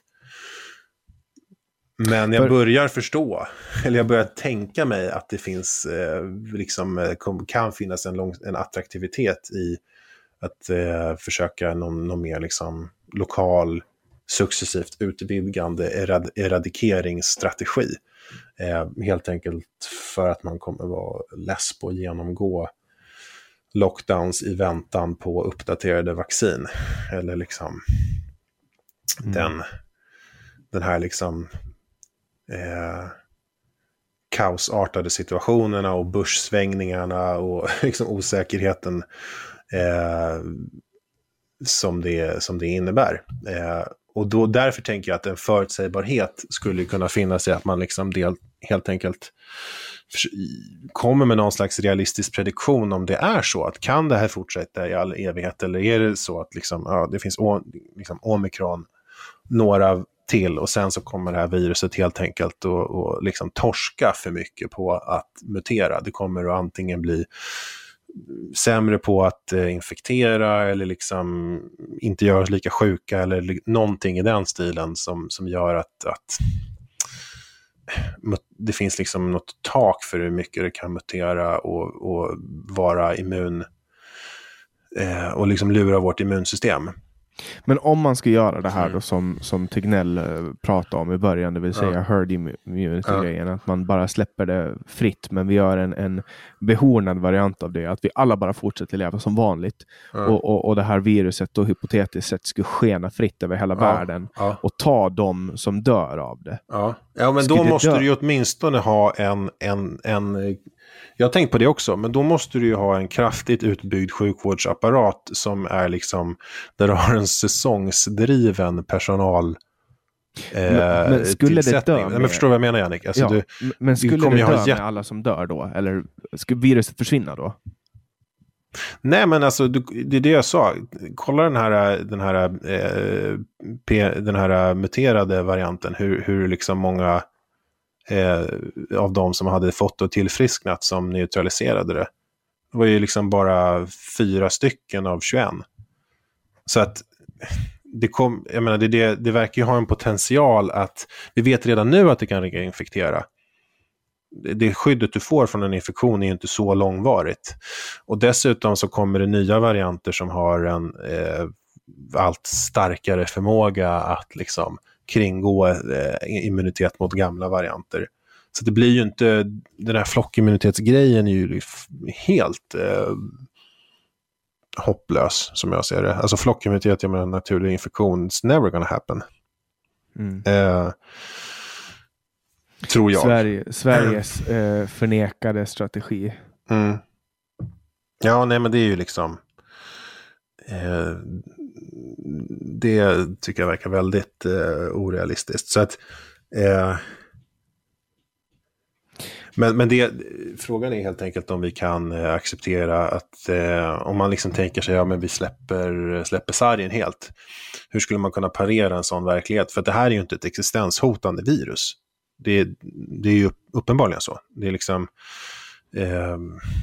Men jag börjar förstå, eller jag börjar tänka mig att det finns eh, liksom kan finnas en, lång, en attraktivitet i att eh, försöka någon, någon mer liksom lokal, successivt utvidgande erad, eradikeringsstrategi. Eh, helt enkelt för att man kommer vara less på att genomgå lockdowns i väntan på uppdaterade vaccin. Eller liksom mm. den, den här liksom eh, kaosartade situationerna och börssvängningarna och liksom osäkerheten eh, som, det, som det innebär. Eh, och då, därför tänker jag att en förutsägbarhet skulle kunna finnas i att man liksom del, helt enkelt kommer med någon slags realistisk prediktion om det är så att kan det här fortsätta i all evighet eller är det så att liksom, ja, det finns o, liksom omikron några till och sen så kommer det här viruset helt enkelt och, och liksom torska för mycket på att mutera. Det kommer att antingen bli sämre på att eh, infektera eller liksom inte göra oss lika sjuka eller li- någonting i den stilen som, som gör att, att det finns liksom något tak för hur mycket det kan mutera och, och vara immun eh, och liksom lura vårt immunsystem. Men om man ska göra det här då som, som Tegnell pratade om i början, det vill säga ja. herd immunity-grejen, ja. att man bara släpper det fritt, men vi gör en, en behornad variant av det, att vi alla bara fortsätter leva som vanligt ja. och, och, och det här viruset då hypotetiskt sett skulle skena fritt över hela ja. världen ja. och ta dem som dör av det. Ja, ja men skulle då måste dö? Du ju åtminstone ha en, en, en jag har tänkt på det också, men då måste du ju ha en kraftigt utbyggd sjukvårdsapparat som är liksom, där du har en säsongsdriven personal eh, men, men skulle det dö med... men förstår vad jag menar, Jannik? Alltså, ja, du, men skulle det dö ha med jätt... alla som dör då? Eller skulle viruset försvinna då? Nej, men alltså du, det är det jag sa. Kolla den här den här eh, P, den här muterade varianten, hur hur liksom många eh, av de som hade fått och tillfrisknat som neutraliserade det. Det var ju liksom bara fyra stycken av tjugoett. Så att det kom, jag menar det, det, det verkar ju ha en potential att vi vet redan nu att det kan infektera. Det skyddet du får från en infektion är ju inte så långvarigt. Och dessutom så kommer det nya varianter som har en eh, allt starkare förmåga att liksom kringgå eh, immunitet mot gamla varianter. Så det blir ju inte, den här flockimmunitetsgrejen är ju helt eh, hopplös som jag ser det. Alltså flockimmunitet, jag menar naturlig infektion, it's never gonna happen. Mm. Eh, tror jag. Sverige, Sveriges eh, förnekade strategi. Mm. Ja, nej men det är ju liksom eh, det tycker jag verkar väldigt eh, orealistiskt. Så att eh, men, men det, frågan är helt enkelt om vi kan eh, acceptera att eh, om man liksom tänker sig, ja men vi släpper, släpper sargen helt. Hur skulle man kunna parera en sån verklighet? För att det här är ju inte ett existenshotande virus. Det, det är ju uppenbarligen så. Det är liksom eh,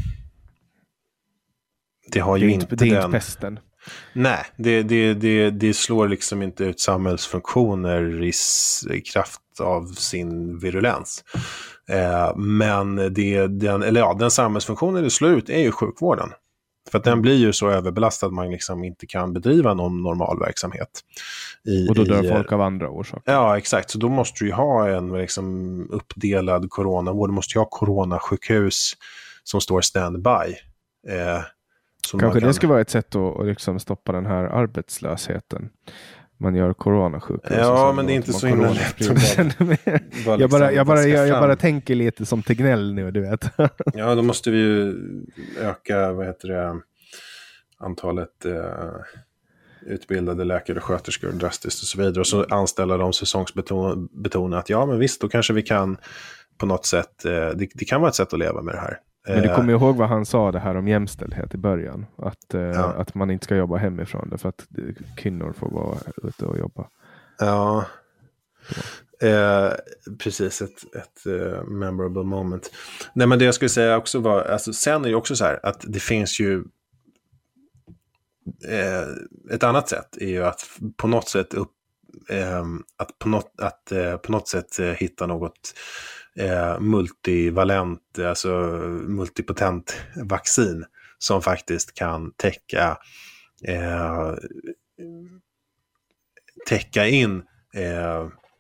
det har ju det inte, det är den... inte pesten. Nej, det, det, det, det slår liksom inte ut samhällsfunktioner i, i kraft av sin virulens. Eh, men det, den, eller ja, den samhällsfunktionen det slår ut är ju sjukvården. För att den blir ju så överbelastad att man liksom inte kan bedriva någon normal verksamhet. I, och då dör i, folk av andra orsaker. Ja, exakt. Så då måste du ju ha en liksom uppdelad coronavård. Du måste ju ha coronasjukhus som står standby. Eh, Kanske kan... det ska vara ett sätt att, att liksom stoppa den här arbetslösheten. Man gör coronasjukhus. Ja, men det är inte så himla lätt. Bara, jag, bara, jag, bara, jag, jag fram. bara tänker lite som Tegnell nu, du vet. Ja, då måste vi ju öka, vad heter det, antalet eh, utbildade läkare och sköterskor drastiskt och så vidare. Och så anställa de säsongsbetonat. Ja, men visst, då kanske vi kan på något sätt, eh, det, det kan vara ett sätt att leva med det här. Men du kommer ihåg vad han sa det här om jämställdhet i början. Att, eh, ja. att man inte ska jobba hemifrån det för att kvinnor får vara ute och jobba. Ja, eh, precis. Ett, ett uh, memorable moment. Nej, men det jag skulle säga också var, alltså, sen är det också så här att det finns ju eh, ett annat sätt är ju att på något sätt upp, eh, att på något, att, eh, på något sätt eh, hitta något Eh, multivalent, alltså multipotent vaccin som faktiskt kan täcka eh, täcka in eh,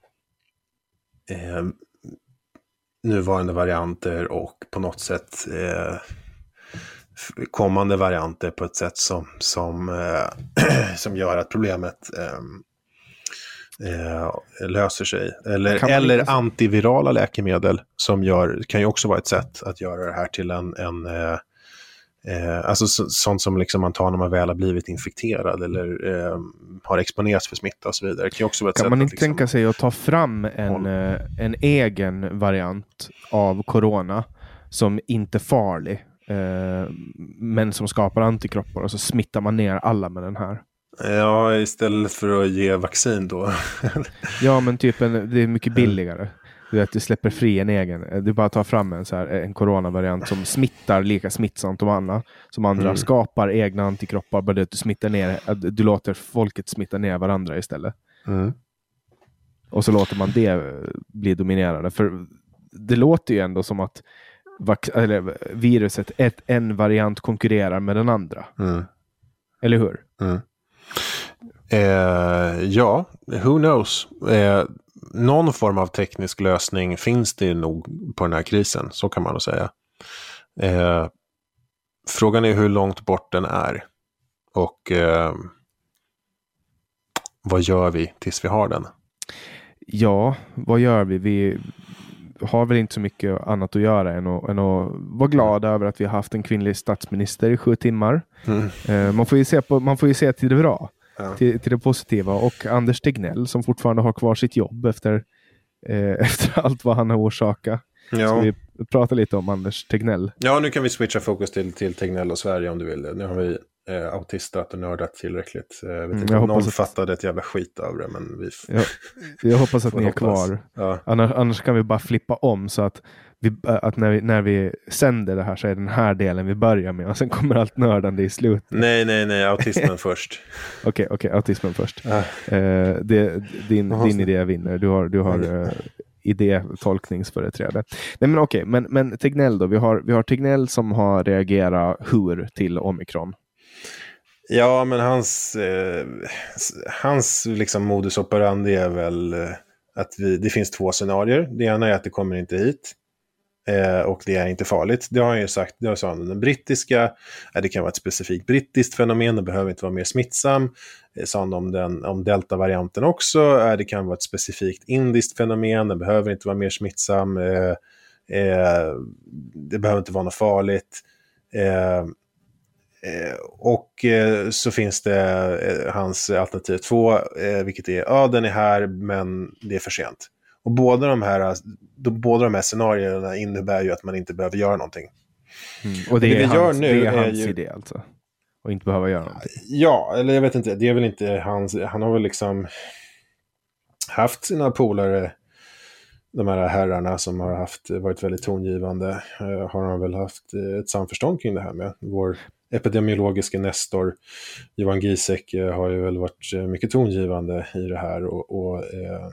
eh, nuvarande varianter och på något sätt eh, kommande varianter på ett sätt som, som, eh, som gör att problemet eh, Eh, löser sig. Eller, eller inte... antivirala läkemedel som gör, kan ju också vara ett sätt att göra det här till en, en eh, eh, alltså så, sånt som liksom man tar när man väl har blivit infekterad eller eh, har exponerats för smitta och så vidare. Det kan ju också vara ett kan sätt man att, inte liksom... tänka sig att ta fram en, eh, en egen variant av corona som inte är farlig eh, men som skapar antikroppar och så smittar man ner alla med den här? Ja, istället för att ge vaccin då. Ja, men typ en, det är mycket billigare. Du vet, du släpper fri en egen. Du bara tar fram en, så här, en coronavariant som smittar lika smittsamt som andra. Som andra mm. skapar egna antikroppar. Bara det att du smittar ner, du låter folket smitta ner varandra istället. Mm. Och så låter man det bli dominerande. För det låter ju ändå som att vac- eller, viruset, ett, en variant konkurrerar med den andra. Mm. Eller hur? Mm. Eh, ja, who knows? Eh, någon form av teknisk lösning finns det nog på den här krisen, så kan man nog säga. Eh, frågan är hur långt bort den är. Och eh, vad gör vi tills vi har den? Ja, vad gör vi? Vi har väl inte så mycket annat att göra än att, än att vara glada över att vi har haft en kvinnlig statsminister i sju timmar. Mm. Eh, man får ju se på, man får ju se till det bra. Ja. Till, till det positiva. Och Anders Tegnell som fortfarande har kvar sitt jobb efter, eh, efter allt vad han har orsakat. Ja. Som vi prata lite om Anders Tegnell. Ja, nu kan vi switcha fokus till, till Tegnell och Sverige om du vill. Nu har vi eh, autistat och nördat tillräckligt. Jag vet mm, inte jag om någon att... fattade ett jävla skit av det, men vi... F- jag, jag hoppas att ni är hoppas. kvar. Ja. Annars, annars kan vi bara flippa om så att, vi, att när, vi, när vi sänder det här så är den här delen vi börjar med och sen kommer allt nördande i slutet. Nej, nej, nej. Autismen först. Okej, okej. Okay, okay, autismen först. Ah. Eh, det, din, din idé vinner. Du har... Du har eh, idé-tolkningsföreträde. Nej men okej, okay, men, men Tegnell då, vi har, vi har Tegnell som har reagerat hur till omikron. Ja, men hans eh, hans liksom modus operandi är väl eh, att vi, det finns två scenarier. Det ena är att det kommer inte hit eh, och det är inte farligt. Det har han ju sagt, det har sagt den brittiska, eh, det kan vara ett specifikt brittiskt fenomen, det behöver inte vara mer smittsam. Eh, sa han om, den, om delta-varianten också, eh, det kan vara ett specifikt indiskt fenomen, det behöver inte vara mer smittsam, eh, eh, det behöver inte vara något farligt. Eh, Eh, och eh, så finns det eh, hans alternativ två, eh, vilket är, ja den är här men det är för sent. Och båda de här, de, båda de här scenarierna innebär ju att man inte behöver göra någonting. Mm. Och det, och det är, vi hans, gör nu det är hans är ju, idé alltså? Och inte behöva göra någonting? Ja, eller jag vet inte, det är väl inte hans, han har väl liksom haft sina polare, de här herrarna som har haft, varit väldigt tongivande, eh, har han väl haft ett samförstånd kring det här med. Vår epidemiologiska nestor Johan Giesecke eh, har ju väl varit eh, mycket tongivande i det här och, och eh,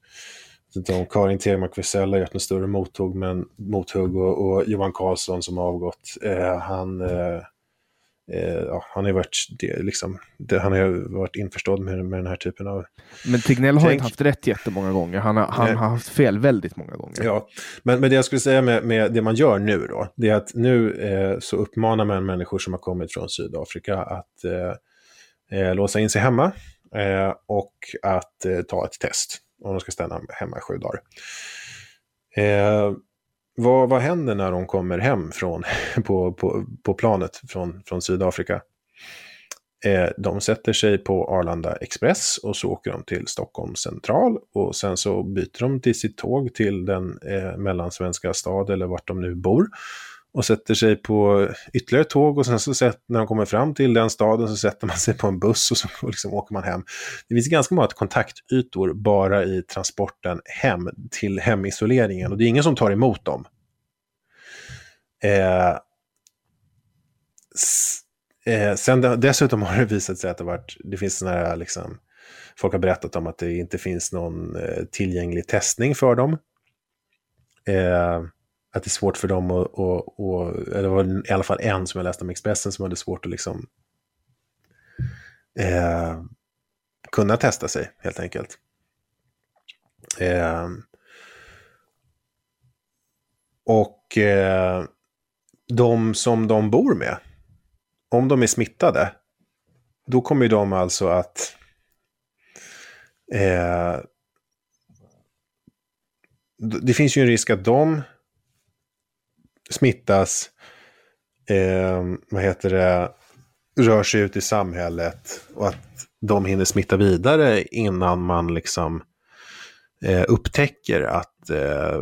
de Karin Tegmark-Wisell har gjort en större mothugg, men, mothugg och, och Johan Karlsson som har avgått, eh, han eh, Eh, ja, han har varit det, liksom, det, han har varit införstådd med, med den här typen av... Men Tegnell har inte haft rätt jättemånga gånger. Han har, han har haft fel väldigt många gånger. Ja, men, men det jag skulle säga med, med det man gör nu då, det är att nu eh, så uppmanar man människor som har kommit från Sydafrika att eh, eh, låsa in sig hemma eh, och att eh, ta ett test om de ska stanna hemma i sju dagar. Eh, Vad, vad händer när de kommer hem från, på, på, på planet från, från Sydafrika? Eh, de sätter sig på Arlanda Express och så åker de till Stockholm central och sen så byter de till sitt tåg till den eh, mellansvenska stad eller vart de nu bor och sätter sig på ytterligare tåg och sen så sätter, när de kommer fram till den staden så sätter man sig på en buss och så och liksom åker man hem. Det finns ganska många kontaktytor bara i transporten hem till hemisoleringen och det är ingen som tar emot dem. Eh, s- eh, sen det, dessutom har det visat sig att det, varit, det finns såna här liksom, folk har berättat om att det inte finns någon eh, tillgänglig testning för dem. Eh, att det är svårt för dem att, och, och, det var i alla fall en som jag läste om Expressen som hade svårt att liksom eh, kunna testa sig helt enkelt. Eh, och eh, de som de bor med, om de är smittade, då kommer de alltså att eh, det finns ju en risk att de smittas, eh, vad heter det, rör sig ut i samhället och att de hinner smitta vidare innan man liksom eh, upptäcker att eh,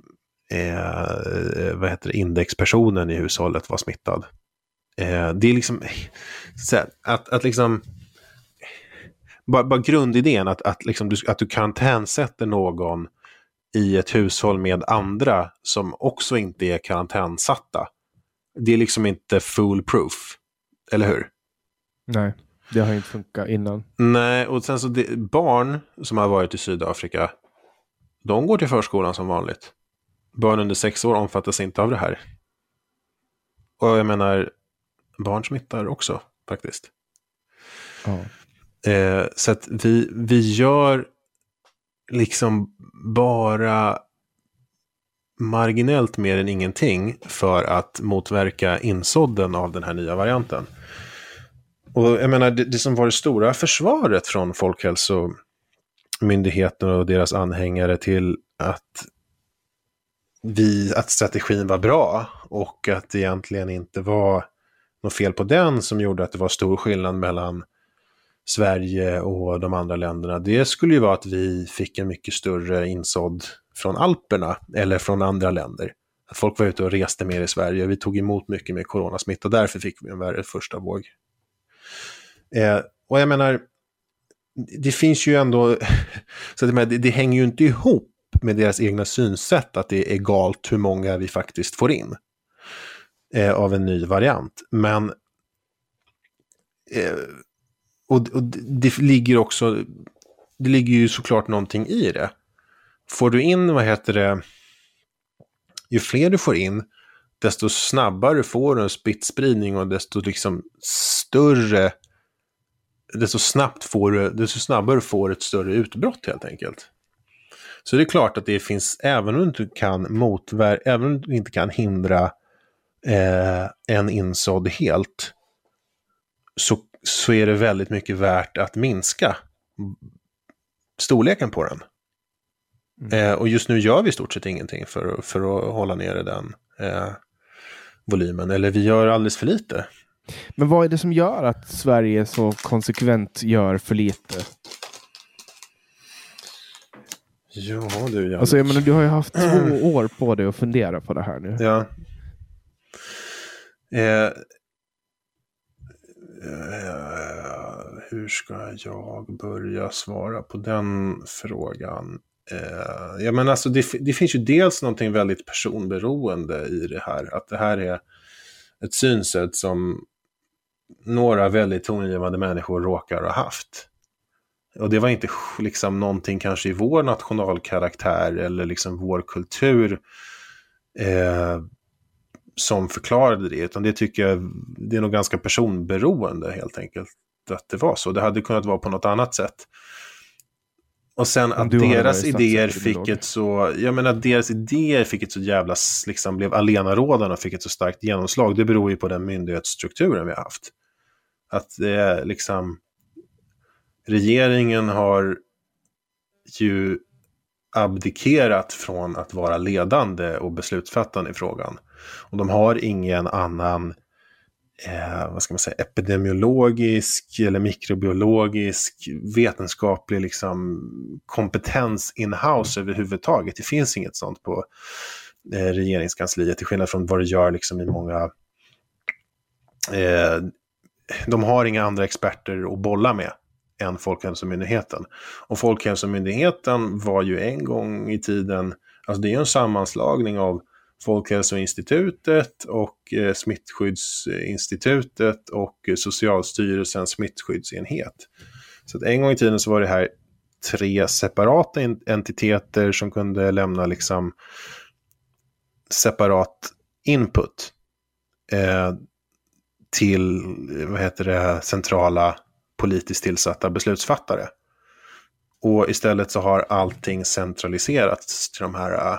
eh, vad heter det, indexpersonen i hushållet var smittad. Eh, det är liksom så här, att, att liksom bara, bara grundidén att, att, liksom du, att du karantänsätter någon i ett hushåll med andra som också inte är karantänsatta. Det är liksom inte foolproof. Eller hur? Nej, det har inte funkat innan. Nej, och sen så det, barn som har varit i Sydafrika, de går till förskolan som vanligt. Barn under sex år omfattas inte av det här. Och jag menar, barn smittar också faktiskt. Ja. Eh, så att vi, vi gör liksom bara marginellt mer än ingenting för att motverka insådden av den här nya varianten. Och jag menar, det, det som var det stora försvaret från Folkhälsomyndigheten och deras anhängare till att vi, att strategin var bra och att det egentligen inte var något fel på den som gjorde att det var stor skillnad mellan Sverige och de andra länderna. Det skulle ju vara att vi fick en mycket större insådd från Alperna eller från andra länder. Att folk var ute och reste mer i Sverige. Vi tog emot mycket mer coronasmitta. Därför fick vi en värre första våg. Eh, och jag menar, det finns ju ändå... så att det, det hänger ju inte ihop med deras egna synsätt att det är egalt hur många vi faktiskt får in eh, av en ny variant. Men eh, och, och det ligger också det ligger ju såklart någonting i det. Får du in, vad heter det, ju fler du får in, desto snabbare får du en smittspridning och desto liksom större desto snabbt får du, desto snabbare får ett större utbrott helt enkelt. Så det är klart att det finns, även om du inte kan motver- även om du inte kan hindra eh, en insådd helt, så, så är det väldigt mycket värt att minska storleken på den. Mm. Eh, och just nu gör vi i stort sett ingenting för, för att hålla nere den eh, volymen. Eller vi gör alldeles för lite. Men vad är det som gör att Sverige så konsekvent gör för lite? Ja, du, alltså, jag menar, du har ju haft två år på dig att fundera på det här nu. Ja. Eh, eh, hur ska jag börja svara på den frågan? Eh, ja, men alltså, det, det finns ju dels någonting väldigt personberoende i det här. Att det här är ett synsätt som några väldigt tongivande människor råkar ha haft. Och det var inte liksom någonting kanske i vår nationalkaraktär eller liksom vår kultur eh, som förklarade det, utan det tycker jag det är nog ganska personberoende helt enkelt att det var så. Det hade kunnat vara på något annat sätt. Och sen att deras idéer fick ett så, jag menar att deras idéer fick ett så jävla liksom blev allenarådande och fick ett så starkt genomslag, det beror ju på den myndighetsstrukturen vi har haft. Att det är liksom regeringen har ju abdikerat från att vara ledande och beslutsfattande i frågan. Och de har ingen annan eh, vad ska man säga, epidemiologisk eller mikrobiologisk vetenskaplig liksom kompetens in-house överhuvudtaget. Det finns inget sånt på eh, regeringskansliet, till skillnad från vad det gör liksom i många eh, de har inga andra experter att bolla med än Folkhälsomyndigheten. Och Folkhälsomyndigheten var ju en gång i tiden, alltså det är en sammanslagning av Folkhälsoinstitutet och eh, Smittskyddsinstitutet och eh, Socialstyrelsens smittskyddsenhet. Så att en gång i tiden så var det här tre separata entiteter som kunde lämna liksom separat input eh, till, vad heter det, centrala politiskt tillsatta beslutsfattare. Och istället så har allting centraliserats till de här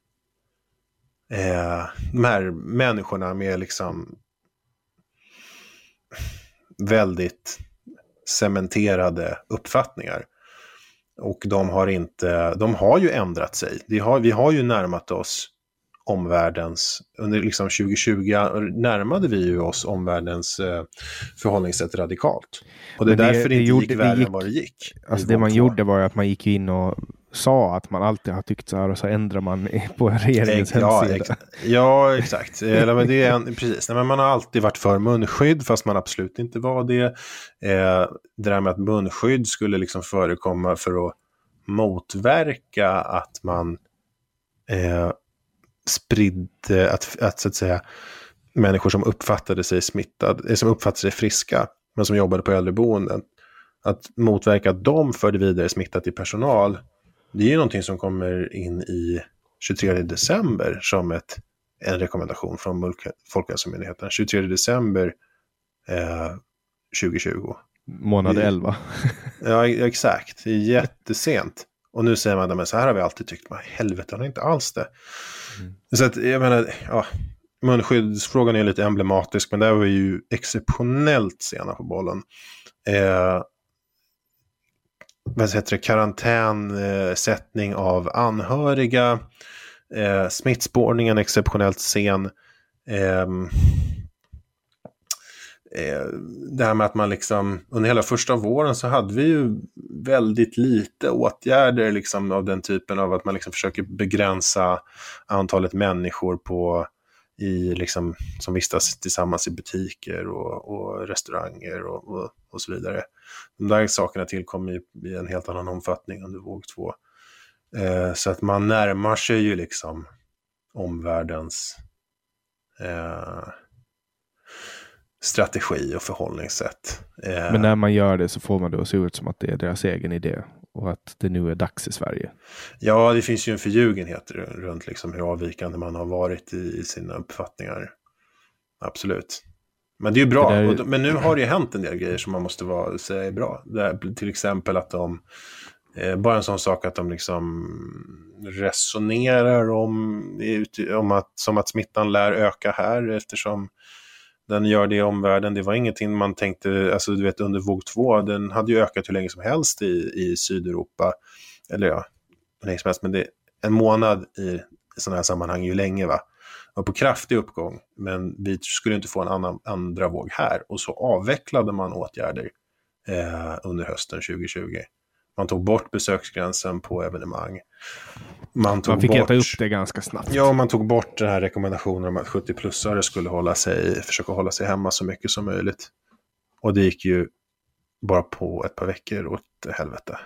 eh, de här människorna med liksom väldigt cementerade uppfattningar. Och de har inte, de har ju ändrat sig. Vi har, vi har ju närmat oss omvärldens, under liksom tjugo tjugo närmade vi ju oss omvärldens eh, förhållningssätt radikalt. Och det är det, därför det, det inte gick värre än vad det gick. Alltså det man två. gjorde var ju att man gick in och sa att man alltid har tyckt så här, och så ändrar man på regeringens ja, hemsida. Ex- ja, exakt. Eller, men det är en, precis. Nej, men man har alltid varit för munskydd, fast man absolut inte var det. Eh, det där med att munskydd skulle liksom förekomma för att motverka att man eh, spridde, att, att så att säga människor som uppfattade sig smittade, som uppfattade sig friska, men som jobbade på äldreboenden, att motverka att de förde vidare smittat till personal. Det är ju någonting som kommer in i tjugotredje december som ett, en rekommendation från Folkhälsomyndigheten. tjugotredje december eh, tjugo tjugo. Månad elva. Ja, exakt. Det är jättesent. Och nu säger man, men så här har vi alltid tyckt. Men helvete, har det inte alls det. Mm. Så att, jag menar, ja, munskyddsfrågan är lite emblematisk, men där var vi ju exceptionellt sena på bollen. Eh, vad heter det? Karantänsättning av anhöriga. Eh, smittspårningen exceptionellt sen. Eh, eh, det här med att man liksom, under hela första våren så hade vi ju väldigt lite åtgärder liksom av den typen av att man liksom försöker begränsa antalet människor på i liksom, som vistas tillsammans i butiker och, och restauranger och, och, och så vidare. De där sakerna tillkommer ju i en helt annan omfattning under våg två. Eh, så att man närmar sig ju liksom omvärldens eh, strategi och förhållningssätt. Eh, Men när man gör det så får man det att se ut som att det är deras egen idé och att det nu är dags i Sverige. Ja, det finns ju en förljugenhet runt liksom hur avvikande man har varit i, i sina uppfattningar. Absolut. Men det är ju bra. Är... Och, men nu har det ju hänt en del grejer som man måste vara, säga är bra. Där, till exempel att de, eh, bara en sån sak att de liksom resonerar om, om att, som att smittan lär öka här eftersom den gör det i omvärlden. Det var ingenting man tänkte, alltså du vet under våg två, den hade ju ökat hur länge som helst i, i Sydeuropa. Eller ja, hur länge som helst, men det är en månad i sådana här sammanhang ju länge va. Och på kraftig uppgång, men vi skulle inte få en annan, andra våg här. Och så avvecklade man åtgärder eh, under hösten tjugo tjugo. Man tog bort besöksgränsen på evenemang. Man, tog man fick bort, äta upp det ganska snabbt. Ja, man tog bort den här rekommendationen om att sjuttio-plussare skulle hålla sig, försöka hålla sig hemma så mycket som möjligt. Och det gick ju bara på ett par veckor åt helvete.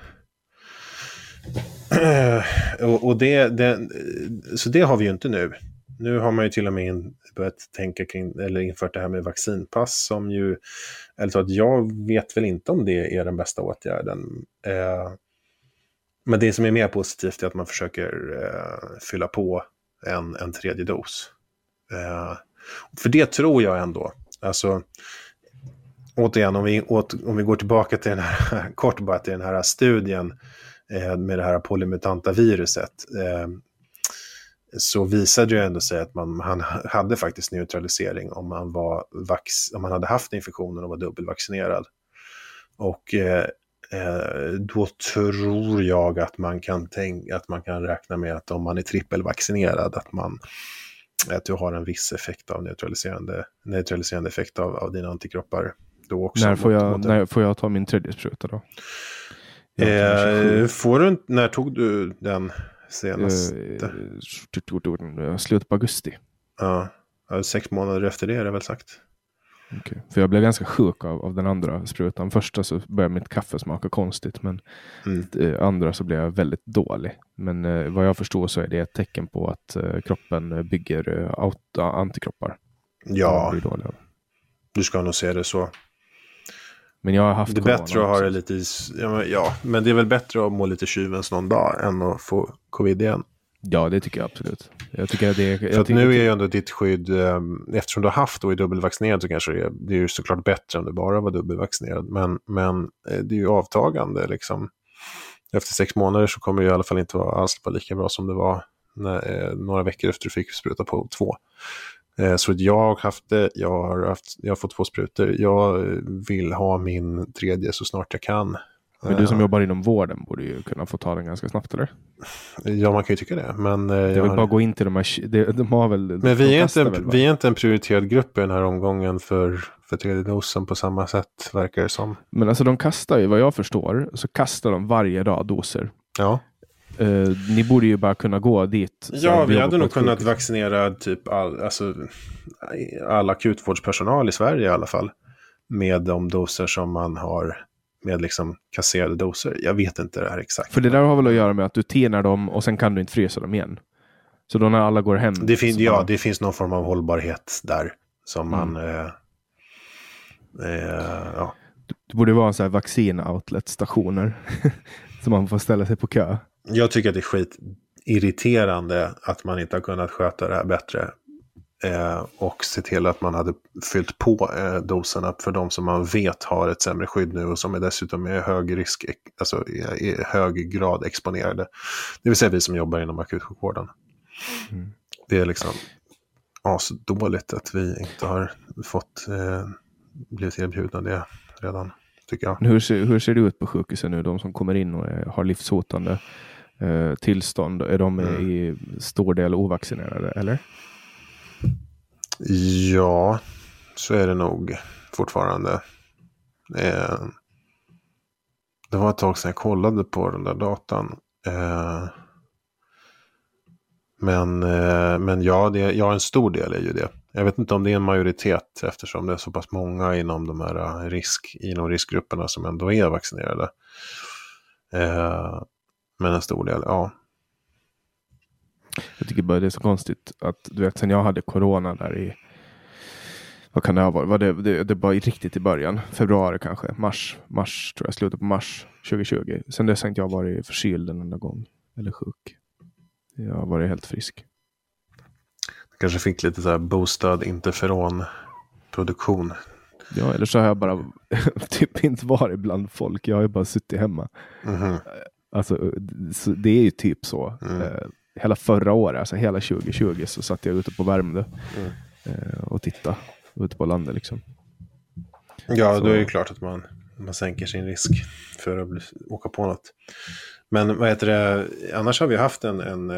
och, och det, det, så det har vi ju inte nu. Nu har man ju till och med in, börjat tänka kring, eller infört det här med vaccinpass som ju, eller så att jag vet väl inte om det är den bästa åtgärden. Eh, men det som är mer positivt är att man försöker eh, fylla på en, en tredje dos. Eh, för det tror jag ändå, alltså återigen om vi, åt, om vi går tillbaka till den här, kort bara till den här studien eh, med det här polymutanta viruset, eh, så visade det ändå sig att man, han hade faktiskt neutralisering om man, var vax, om man hade haft infektionen och var dubbelvaccinerad. Och eh, då tror jag att man kan tänka, att man kan räkna med att om man är trippelvaccinerad att man att du har en viss effekt av neutraliserande neutraliserande effekt av, av dina antikroppar då också. När får jag, när får jag ta min tredje spruta då? Eh, får du, när tog du den senast? Uh, slutet på augusti. Ja, sex månader efter det är det väl sagt. Okay. För jag blev ganska sjuk av, av den andra sprutan. Första så började mitt kaffe smaka konstigt. Men mm. det, andra så blev jag väldigt dålig. Men eh, vad jag förstår så är det ett tecken på att eh, kroppen bygger eh, auto, antikroppar. Ja, du ska nog se det så. Men jag har haft det är bättre att ha det lite, ja, ja, men det är väl bättre att må lite tjuvens någon dag än att få covid igen. Ja, det tycker jag absolut. Jag tycker att det är, För jag att tycker nu att är ju ändå ditt skydd, eftersom du har haft och är dubbelvaccinerad så kanske det är, det är ju såklart bättre om du bara var dubbelvaccinerad. Men, men det är ju avtagande liksom. Efter sex månader så kommer det i alla fall inte vara alls vara lika bra som det var när, några veckor efter du fick spruta på två. Så jag har haft det, jag har, haft, jag har fått två sprutor. Jag vill ha min tredje så snart jag kan. Men du som jobbar inom vården borde ju kunna få ta den ganska snabbt, eller? Ja, man kan ju tycka det. Men det är väl har... bara gå in till de här... De, de har väl, men vi är, inte, väl, vi är inte en prioriterad grupp i den här omgången för, för tredje dosen på samma sätt, verkar det som. Men alltså de kastar ju, vad jag förstår, så kastar de varje dag doser. Ja. Uh, ni borde ju bara kunna gå dit. Ja, vi hade nog kunnat vaccinera typ all, alltså, all akutvårdspersonal i Sverige i alla fall. Med de doser som man har... med liksom kasserade doser. Jag vet inte det här exakt. För det där har väl att göra med att du tinar dem och sen kan du inte frysa dem igen. Så då när alla går hem... Det fin- ja, bara... det finns någon form av hållbarhet där som mm. man... Eh, eh, ja. Det borde vara en sån här vaccin-outlet-stationer som man får ställa sig på kö. Jag tycker att det är skit irriterande att man inte har kunnat sköta det här bättre. Eh, och se till att man hade fyllt på eh, doserna för de som man vet har ett sämre skydd nu och som är dessutom är hög risk, alltså i hög grad exponerade. Det vill säga vi som jobbar inom akutsjukvården. Mm. Det är liksom ja, så dåligt att vi inte har fått eh, blivit erbjudna det redan, tycker jag. Hur ser, hur ser det ut på sjukhusen nu? De som kommer in och är, har livshotande eh, tillstånd, är de mm. i stor del ovaccinerade, eller? Ja, så är det nog fortfarande. Eh, det var ett tag sedan jag kollade på den där datan. Eh, men, eh, men ja, det, ja, en stor del är ju det. Jag vet inte om det är en majoritet eftersom det är så pass många inom de här risk, inom riskgrupperna som ändå är vaccinerade. Eh, men en stor del, ja. Jag tycker bara det är så konstigt att du vet, sen jag hade corona där i, vad kan det ha varit? Var det, det, det var riktigt i början, februari kanske, mars, mars tror jag, slutet på mars tjugo tjugo. Sen dess har inte jag varit förkyld en enda gång, eller sjuk. Jag har varit helt frisk. Kanske fick lite så här boostad interferonproduktion. Ja, eller så har jag bara typ inte varit bland folk. Jag har ju bara suttit hemma. Mm-hmm. Alltså, så det är ju typ så. Mm. Eh, hela förra året, alltså hela tjugo tjugo, så satt jag ute på Värmdö mm. eh, och tittade ute på landet liksom. Ja, så. Då är det klart att man, man sänker sin risk för att bli, åka på något. Men vad heter det? Annars har vi haft en en,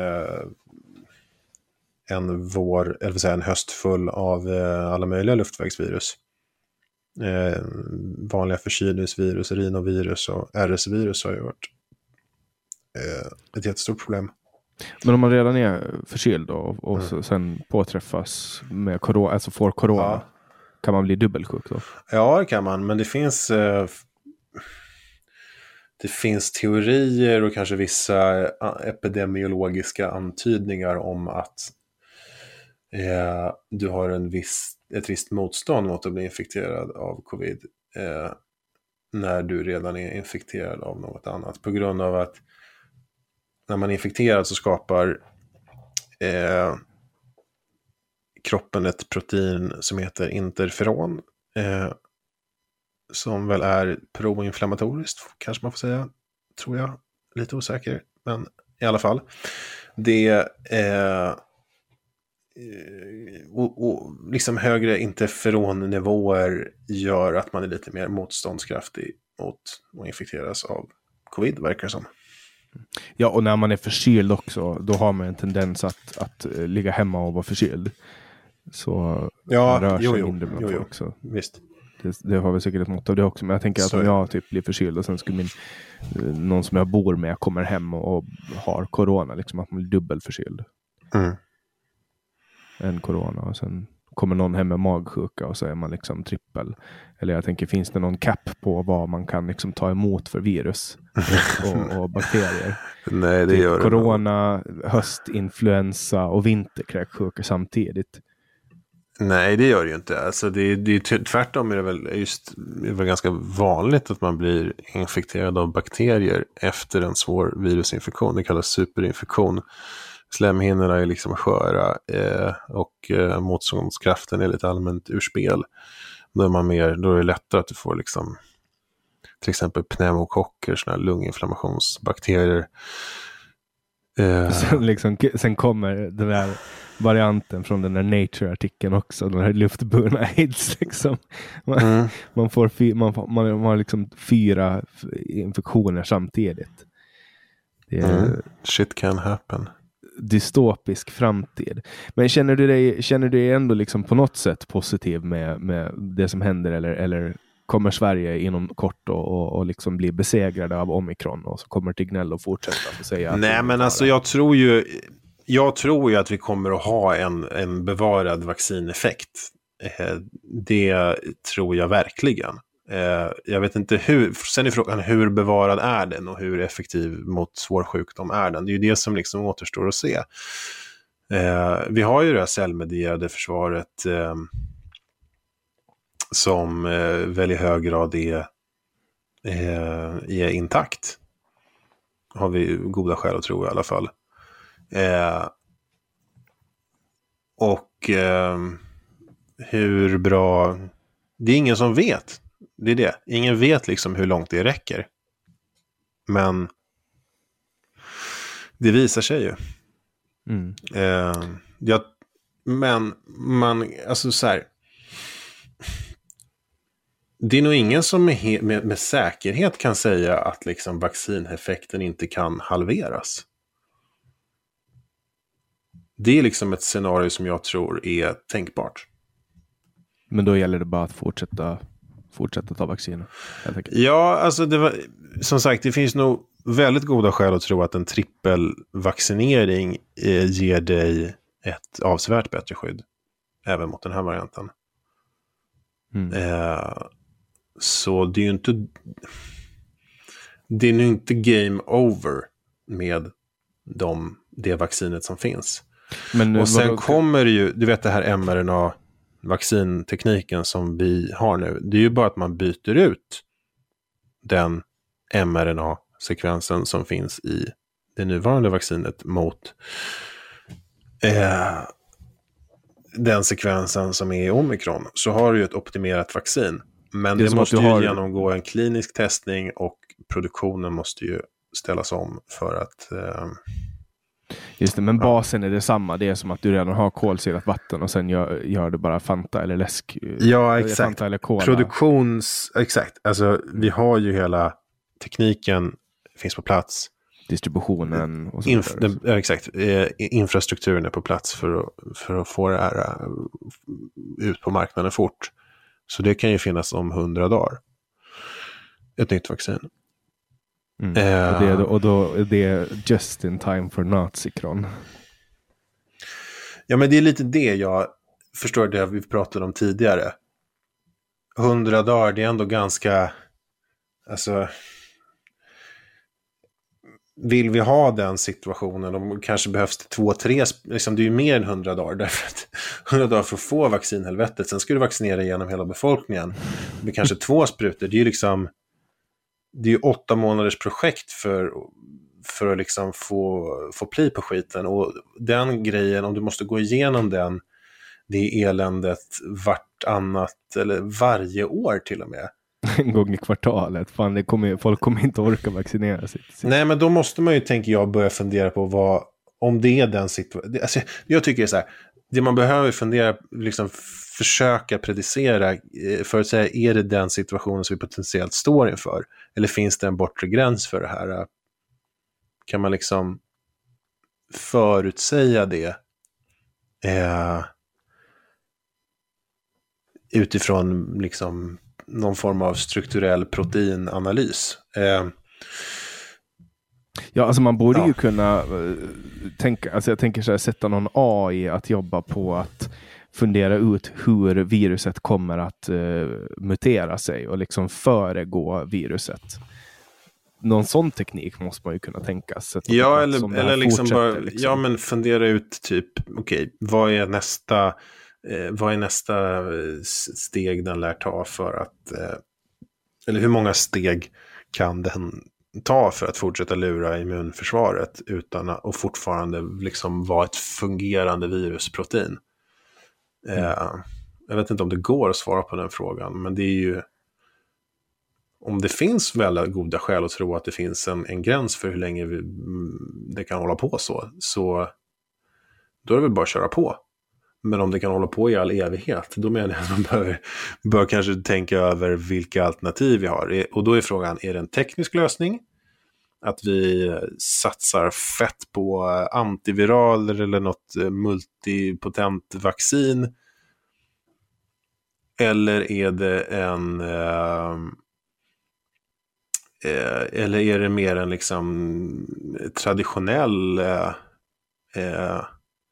en vår, eller säga en höst full av alla möjliga luftvägsvirus. Eh, vanliga förkylningsvirus, rinovirus och R S-virus har ju varit eh, ett jättestort problem. Men om man redan är förkyld och, och mm. så, sen påträffas med corona, alltså får corona, ja. Kan man bli dubbelsjuk då? Ja, det kan man, men det finns eh, det finns teorier och kanske vissa epidemiologiska antydningar om att eh, du har en viss, ett visst motstånd mot att bli infekterad av covid eh, när du redan är infekterad av något annat. På grund av att när man är infekterad så skapar eh, kroppen ett protein som heter interferon. Eh, som väl är proinflammatoriskt, kanske man får säga, tror jag. Lite osäker, men i alla fall. Det eh, och, och liksom högre interferonnivåer gör att man är lite mer motståndskraftig mot att infekteras av covid, verkar det som. Ja, och när man är förkyld också, då har man en tendens att, att ligga hemma och vara förkyld. Så ja, man rör sig jo, jo, mindre med jo, jo. också. Visst. Det, det har väl säkert ett mått av det också. Men jag tänker att så om jag typ blir förkyld och sen skulle min, någon som jag bor med kommer hem och, och har corona, liksom att man blir dubbelförkyld. Mm. En corona och sen kommer någon hem med magsjuka och så är man liksom trippel. Eller jag tänker, finns det någon cap på vad man kan liksom ta emot för virus och, och bakterier? Nej, det typ gör det corona, nog. Höstinfluensa och vinterkräksjuka samtidigt. Nej, det gör det ju inte. Alltså det, det, tvärtom är det väl just det är väl ganska vanligt att man blir infekterad av bakterier efter en svår virusinfektion. Det kallas superinfektion. Slemhinnorna är liksom sköra eh, och eh, motståndskraften är lite allmänt ur spel. Då är man mer, då är det lättare att du får liksom till exempel pneumokocker, såna här lunginflammationsbakterier. Eh. Sen, liksom, sen kommer den där varianten från den där Nature-artikeln också, den här luftburna AIDS liksom. Man, mm. man får fy, man, man, man har liksom fyra infektioner samtidigt. Det är mm. Shit can happen. Dystopisk framtid. Men känner du dig, känner du dig ändå liksom på något sätt positiv med, med det som händer, eller, eller kommer Sverige inom kort och, och, och liksom bli besegrade av Omikron och så kommer Tegnell och fortsätta att säga att nej, men alltså jag tror ju jag tror ju att vi kommer att ha en, en bevarad vaccineffekt. Eh, det tror jag verkligen. Eh, jag vet inte hur, sen är frågan hur bevarad är den och hur effektiv mot svår sjukdom är den. Det är ju det som liksom återstår att se. Eh, vi har ju det här cellmedierade försvaret eh, som eh, väl i hög grad är, eh, är intakt. Har vi goda skäl att tro i alla fall. Eh, och eh, hur bra, det är ingen som vet. Det är det. Ingen vet liksom hur långt det räcker. Men det visar sig ju. Mm. Eh, jag, men man, alltså så här, det är nog ingen som med, he- med, med säkerhet kan säga att liksom vaccineffekten inte kan halveras. Det är liksom ett scenario som jag tror är tänkbart. Men då gäller det bara att fortsätta fortsätta ta vacciner. Ja, alltså det var, som sagt, det finns nog väldigt goda skäl att tro att en trippelvaccinering eh, ger dig ett avsevärt bättre skydd. Även mot den här varianten. Mm. Eh, så det är ju inte... Det är nu inte game over med de, det vaccinet som finns. Men, och sen vadå? Kommer det ju, du vet det här M R N A-vaccintekniken som vi har nu. Det är ju bara att man byter ut den M R N A-sekvensen som finns i det nuvarande vaccinet mot eh, den sekvensen som är i omikron. Så har du ju ett optimerat vaccin. Men det, det måste ju har... genomgå en klinisk testning och produktionen måste ju ställas om för att... Eh, Just det, men basen ja. är det samma. Det är som att du redan har kolsyrat vatten och sen gör, gör du bara Fanta eller läsk. Ja, exakt. Fanta eller cola. Produktions... Exakt. Alltså, vi har ju hela tekniken finns på plats. Distributionen och så Inf- den, ja, exakt. Infrastrukturen är på plats för att, för att få det här ut på marknaden fort. Så det kan ju finnas om hundra dagar. Ett nytt vaccin. Mm. Uh, och, det är då, och då är det just in time for Nazicron. Ja, men det är lite det jag förstår det vi pratade om tidigare. Hundra dagar, det är ändå ganska... Alltså... Vill vi ha den situationen, och kanske behövs det två, tre, liksom det är ju mer än hundra dagar, därför att hundra dagar för att få vaccinhelvetet, sen ska du vaccinera genom hela befolkningen med kanske två sprutor, det är ju liksom det är ju åtta månaders projekt för, för att liksom få, få pli på skiten, och den grejen, om du måste gå igenom den, det eländet vartannat eller varje år till och med. En gång i kvartalet. Fan, det kommer, folk kommer inte orka vaccinera sig. Nej, men då måste man ju, tänker jag, börja fundera på vad, om det är den situationen. Alltså, jag tycker det är så här, det man behöver fundera, liksom försöka predicera för att säga, är det den situationen som vi potentiellt står inför? Eller finns det en bortre gräns för det här? Kan man liksom förutsäga det eh, utifrån liksom någon form av strukturell proteinanalys. Eh, ja, alltså man borde ja. ju kunna uh, tänka, alltså jag tänker så här, sätta någon A I att jobba på att fundera ut hur viruset kommer att uh, mutera sig och liksom föregå viruset. Någon sån teknik måste man ju kunna tänka sig. Ja, eller, eller liksom bara, liksom. ja, men fundera ut typ, okej, okay, vad är nästa Eh, vad är nästa steg den lär ta för att eh, eller hur många steg kan den ta för att fortsätta lura immunförsvaret utan att och fortfarande liksom vara ett fungerande virusprotein. Eh, mm. Jag vet inte om det går att svara på den frågan, men det är ju, om det finns väldigt goda skäl att tro att det finns en, en gräns för hur länge vi, det kan hålla på så, så då är det väl bara att köra på. Men om det kan hålla på i all evighet, då menar jag att man bör, bör kanske tänka över vilka alternativ vi har. Och då är frågan, är det en teknisk lösning? Att vi satsar fett på antiviraler eller något multipotent vaccin? Eller är det en... Eh, eller är det mer en liksom traditionell... Eh, eh,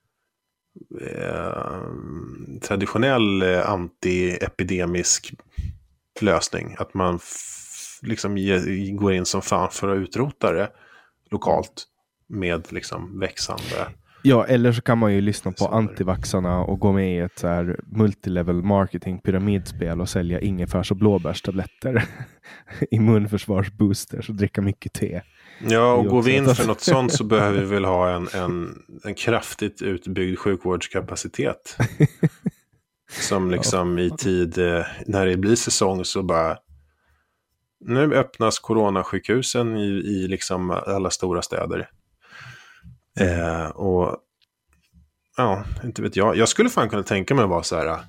Eh, traditionell eh, antiepidemisk lösning, att man f- liksom ge, går in som fan för att utrota det lokalt med liksom växande. Ja, eller så kan man ju lyssna på antivaxarna och gå med i ett så här multilevel marketing pyramidspel och sälja ingefärs och blåbärstabletter immunförsvarsboosters och dricka mycket te. Ja, och går vi in för något sånt så behöver vi väl ha en, en, en kraftigt utbyggd sjukvårdskapacitet. Som liksom i tid, när det blir säsong så bara, nu öppnas coronasjukhusen i, i liksom alla stora städer. Eh, och ja, inte vet jag. Jag skulle fan kunna tänka mig att vara så här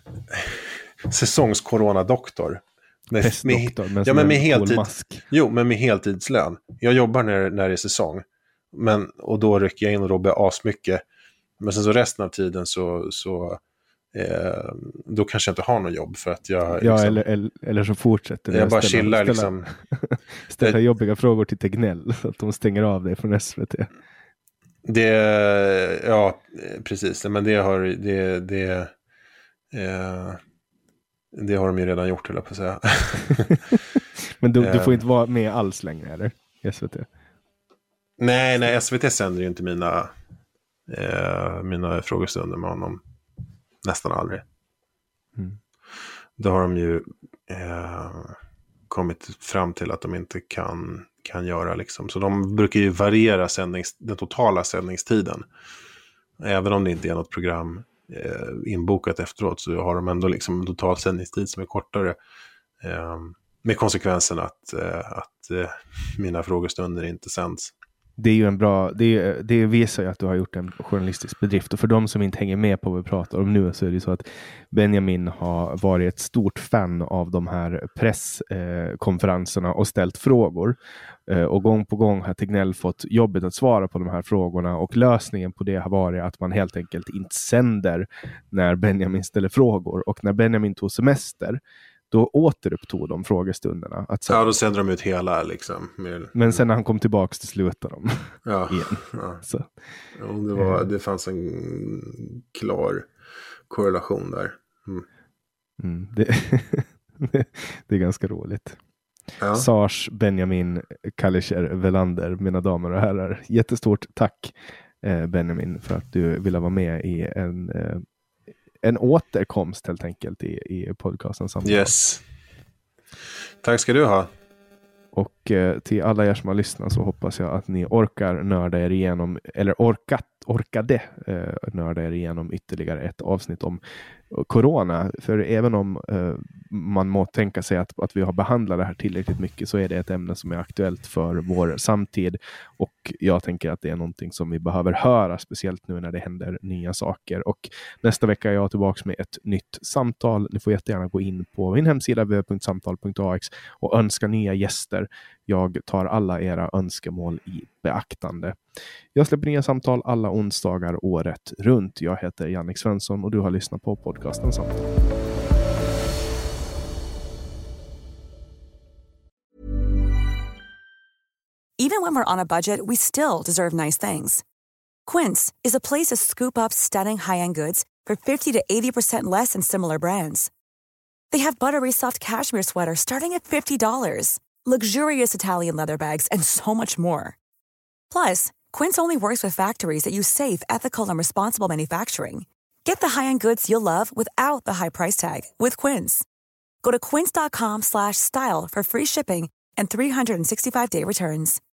säsongskoronadoktor. Med, med, med, ja, men med heltid, jo, men med heltidslön. Jag jobbar när, när det är säsong. Men, och då rycker jag in och jobbar asmycket. Men sen så resten av tiden så, så eh, då kanske jag inte har något jobb för att jag... Ja, liksom, eller, eller, eller så fortsätter jag bara ställa, chillar ställa, liksom. ställa jobbiga frågor till Tegnell så att de stänger av dig från S V T. Det, ja, precis. Men det har det, det, eh, det har de ju redan gjort, eller på att säga. Men du, du får inte vara med alls längre, eller? I S V T? Nej, nej, S V T sänder ju inte mina, eh, mina frågestunder med honom. Nästan aldrig. Mm. Då har de ju eh, kommit fram till att de inte kan, kan göra liksom. Så de brukar ju variera sändnings, den totala sändningstiden. Även om det inte är något program eh, inbokat efteråt, så har de ändå liksom en total sändningstid som är kortare. Eh, med konsekvensen att, eh, att eh, mina frågestunder inte sänds. Det är ju en bra, det, det visar ju att du har gjort en journalistisk bedrift. Och för de som inte hänger med på vad vi pratar om nu, så är det så att Benjamin har varit ett stort fan av de här presskonferenserna och ställt frågor. Eh, och gång på gång har Tegnell fått jobbet att svara på de här frågorna, och lösningen på det har varit att man helt enkelt inte sänder när Benjamin ställer frågor. Och när Benjamin tog semester, då återupptog de frågestunderna. Att sen, ja, då sänder de ut hela liksom. Med, men sen när han kom tillbaka till slutade de ja, igen. Ja. Så. Ja, det, var, det fanns en klar korrelation där. Mm. Mm, det, det är ganska roligt. Ja. Sars Benjamin Kalischer Velander, mina damer och herrar. Jättestort tack eh, Benjamin för att du ville vara med i en eh, en återkomst helt enkelt i, i podcasten Samtal. Yes. Tack ska du ha. Och eh, till alla er som har lyssnat så hoppas jag att ni orkar nörda er igenom, eller orkat, orkade eh, nörda er igenom ytterligare ett avsnitt om corona. För även om eh, man må tänka sig att, att vi har behandlat det här tillräckligt mycket, så är det ett ämne som är aktuellt för vår samtid. Och jag tänker att det är någonting som vi behöver höra, speciellt nu när det händer nya saker. Och nästa vecka är jag tillbaka med ett nytt samtal. Ni får jättegärna gå in på min hemsida w w w punkt samtal punkt a x och önska nya gäster. Jag tar alla era önskemål i beaktande. Jag släpper nya samtal alla onsdagar året runt. Jag heter Jannik Svensson och du har lyssnat på podcasten Samtal. Even when we're on a budget, we still deserve nice things. Quince is a place to scoop up stunning high-end goods for fifty to eighty percent less than similar brands. They have buttery soft cashmere sweaters starting at fifty dollars, luxurious Italian leather bags, and so much more. Plus, Quince only works with factories that use safe, ethical, and responsible manufacturing. Get the high-end goods you'll love without the high price tag with Quince. Go to quince dot com slash style for free shipping and three hundred sixty-five day returns.